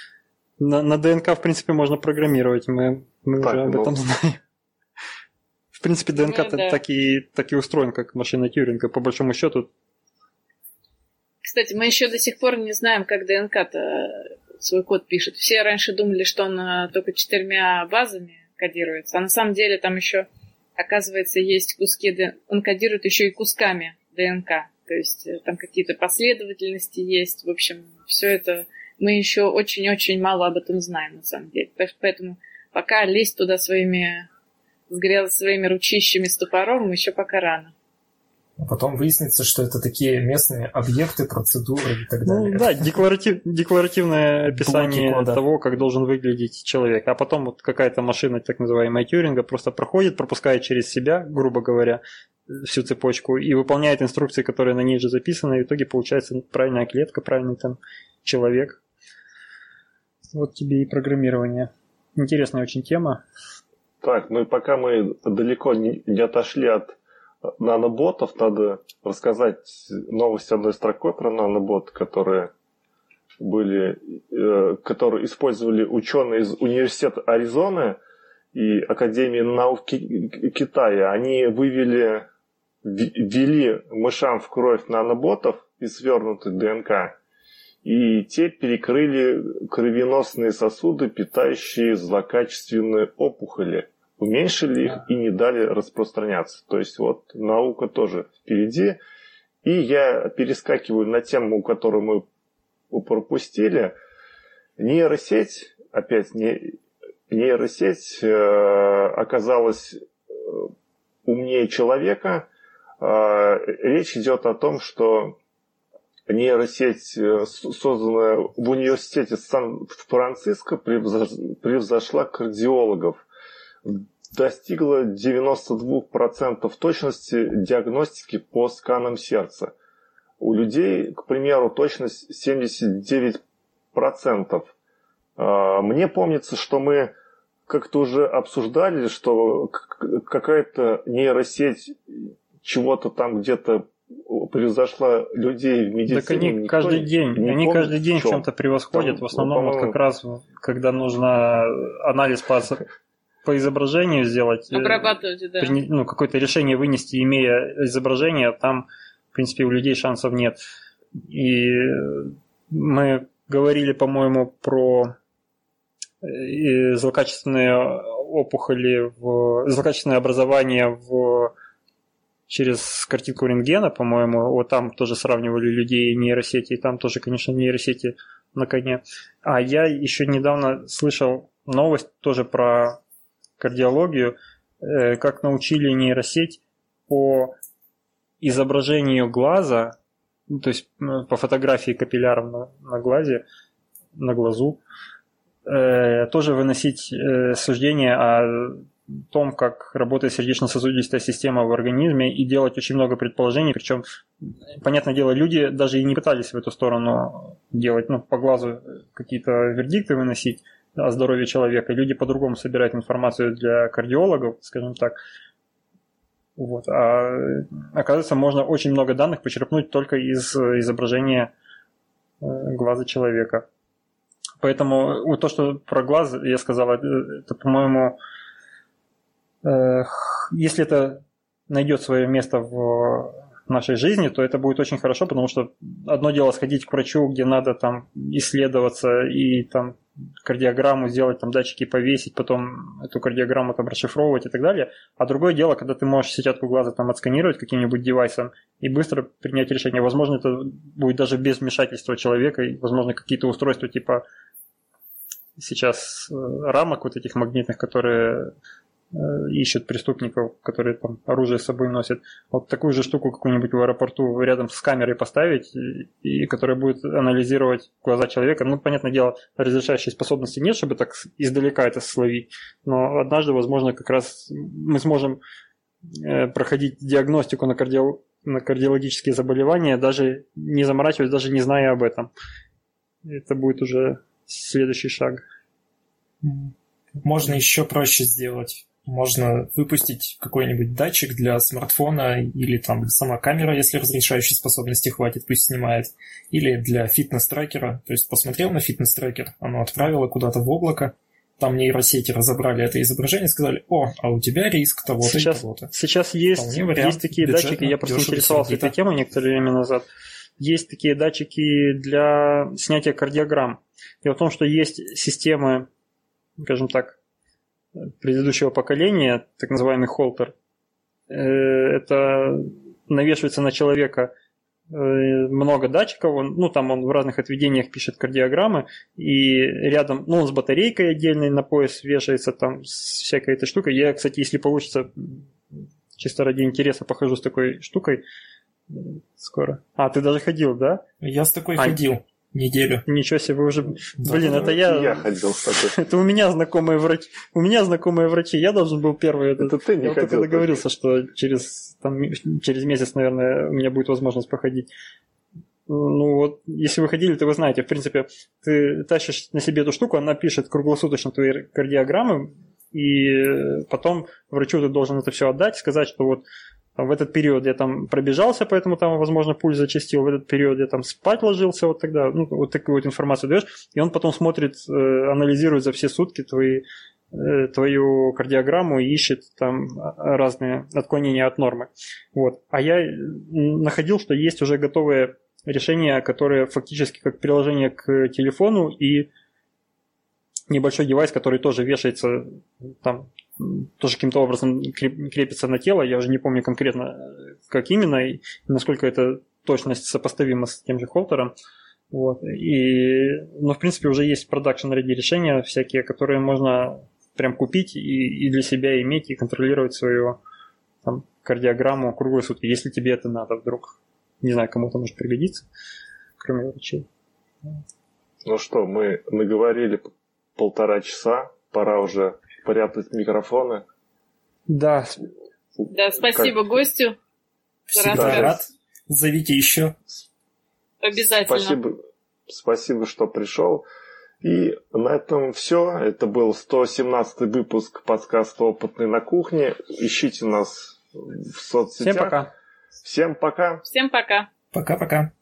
На ДНК, в принципе, можно программировать. Мы уже об этом знаем. В принципе, ДНК так и устроен, как машина Тьюринга, по большому счету. Кстати, мы еще до сих пор не знаем, как ДНК-то свой код пишет. Все раньше думали, что он только 4 базами кодируется, а на самом деле там еще, оказывается, есть куски, он кодирует еще и кусками ДНК. То есть там какие-то последовательности есть. В общем, все это мы еще очень-очень мало об этом знаем, на самом деле. Поэтому пока лезть туда своими ручищами с топором еще пока рано. А потом выяснится, что это такие местные объекты, процедуры и так далее. Ну да, декларативное описание того, как должен выглядеть человек. А потом вот какая-то машина, так называемая Тьюринга, просто проходит, пропускает через себя, грубо говоря, всю цепочку и выполняет инструкции, которые на ней же записаны, и в итоге получается правильная клетка, правильный там человек. Вот тебе и программирование. Интересная очень тема. Так, ну и пока мы далеко не отошли от наноботов, надо рассказать новость одной строкой про наноботы, которые использовали ученые из Университета Аризоны и Академии наук Китая. Они ввели мышам в кровь наноботов из свернутой ДНК, и те перекрыли кровеносные сосуды, питающие злокачественные опухоли, уменьшили их и не дали распространяться. То есть вот наука тоже впереди. И я перескакиваю на тему, которую мы пропустили. Нейросеть оказалась умнее человека. Речь идет о том, что нейросеть, созданная в университете Сан-Франциско, превзошла кардиологов. Достигла 92% точности диагностики по сканам сердца. У людей, к примеру, точность 79%. Мне помнится, что мы как-то уже обсуждали, что какая-то нейросеть чего-то там где-то превзошла людей в медицине. Так они каждый день в чем-то превосходят. Там, в основном вот как раз, когда нужно анализ по изображению сделать, обрабатывать, да. Какое-то решение вынести, имея изображение, там, в принципе, у людей шансов нет. И мы говорили, по-моему, про злокачественные опухоли, злокачественное образование через картинку рентгена, по-моему, вот там тоже сравнивали людей и нейросети, и там тоже, конечно, нейросети на коне. А я еще недавно слышал новость тоже про кардиологию, как научили нейросеть по изображению глаза, то есть по фотографии капилляров на глазу, тоже выносить суждения о том, как работает сердечно-сосудистая система в организме, и делать очень много предположений, причем, понятное дело, люди даже и не пытались в эту сторону делать, по глазу какие-то вердикты выносить о здоровье человека. Люди по-другому собирают информацию для кардиологов, скажем так. Вот. А оказывается, можно очень много данных почерпнуть только из изображения глаза человека. Поэтому вот то, что про глаз я сказал, это, по-моему, если это найдет свое место в нашей жизни, то это будет очень хорошо, потому что одно дело сходить к врачу, где надо там исследоваться и там кардиограмму сделать, там датчики повесить, потом эту кардиограмму там расшифровывать и так далее. А другое дело, когда ты можешь сетчатку глаза там отсканировать каким-нибудь девайсом и быстро принять решение. Возможно, это будет даже без вмешательства человека, и, возможно, какие-то устройства типа сейчас рамок вот этих магнитных, которые ищут преступников, которые там оружие с собой носят. Вот такую же штуку какую-нибудь в аэропорту рядом с камерой поставить, и которая будет анализировать глаза человека. Понятное дело, разрешающей способности нет, чтобы так издалека это словить. Но однажды, возможно, как раз мы сможем проходить диагностику на кардиологические заболевания, даже не заморачиваясь, даже не зная об этом. Это будет уже следующий шаг. Можно еще проще сделать. Можно выпустить какой-нибудь датчик для смартфона, или там сама камера, если разрешающей способности хватит, пусть снимает, или для фитнес-трекера. То есть посмотрел на фитнес-трекер, оно отправило куда-то в облако, там нейросети разобрали это изображение и сказали: о, а у тебя риск того-то и того-то. Сейчас есть такие датчики, я просто интересовался этой темой некоторое время назад. Есть такие датчики для снятия кардиограмм. Дело в том, что есть системы, скажем так, предыдущего поколения, так называемый холтер. Это навешивается на человека много датчиков, он в разных отведениях пишет кардиограммы, и рядом, он с батарейкой отдельной на пояс вешается, там, с всякой этой штукой. Я, кстати, если получится, чисто ради интереса похожу с такой штукой скоро. Ты даже ходил, да? Я с такой ходил неделю. Ничего себе, вы уже... Да, Блин, это я ходил с такой. Это у меня знакомые врачи. Я должен был первый... Это ты не я ходил. Я договорился, что через месяц, наверное, у меня будет возможность походить. Если вы ходили, то вы знаете, в принципе, ты тащишь на себе эту штуку, она пишет круглосуточно твои кардиограммы, и потом врачу ты должен это все отдать, сказать, что в этот период я там пробежался, поэтому там, возможно, пульс зачастил, в этот период я там спать ложился, вот тогда, такую информацию даешь, и он потом смотрит, анализирует за все сутки твою кардиограмму и ищет там разные отклонения от нормы. А я находил, что есть уже готовые решения, которые фактически как приложение к телефону и небольшой девайс, который тоже вешается там, тоже каким-то образом крепится на тело. Я уже не помню конкретно, как именно, и насколько эта точность сопоставима с тем же холтером. В принципе, уже есть продакшн-реди решения всякие, которые можно прям купить и для себя иметь, и контролировать свою там, кардиограмму круглые сутки, если тебе это надо вдруг. Не знаю, кому-то может пригодиться, кроме врачей. Ну что, мы наговорили 1,5 часа, пора уже прятать микрофоны. Да. Да, спасибо гостю. Всегда рад. Зовите еще. Обязательно. Спасибо, что пришел. И на этом все. Это был 117-й выпуск подкаста «Опытный на кухне». Ищите нас в соцсетях. Всем пока. Всем пока. Всем пока. Пока-пока.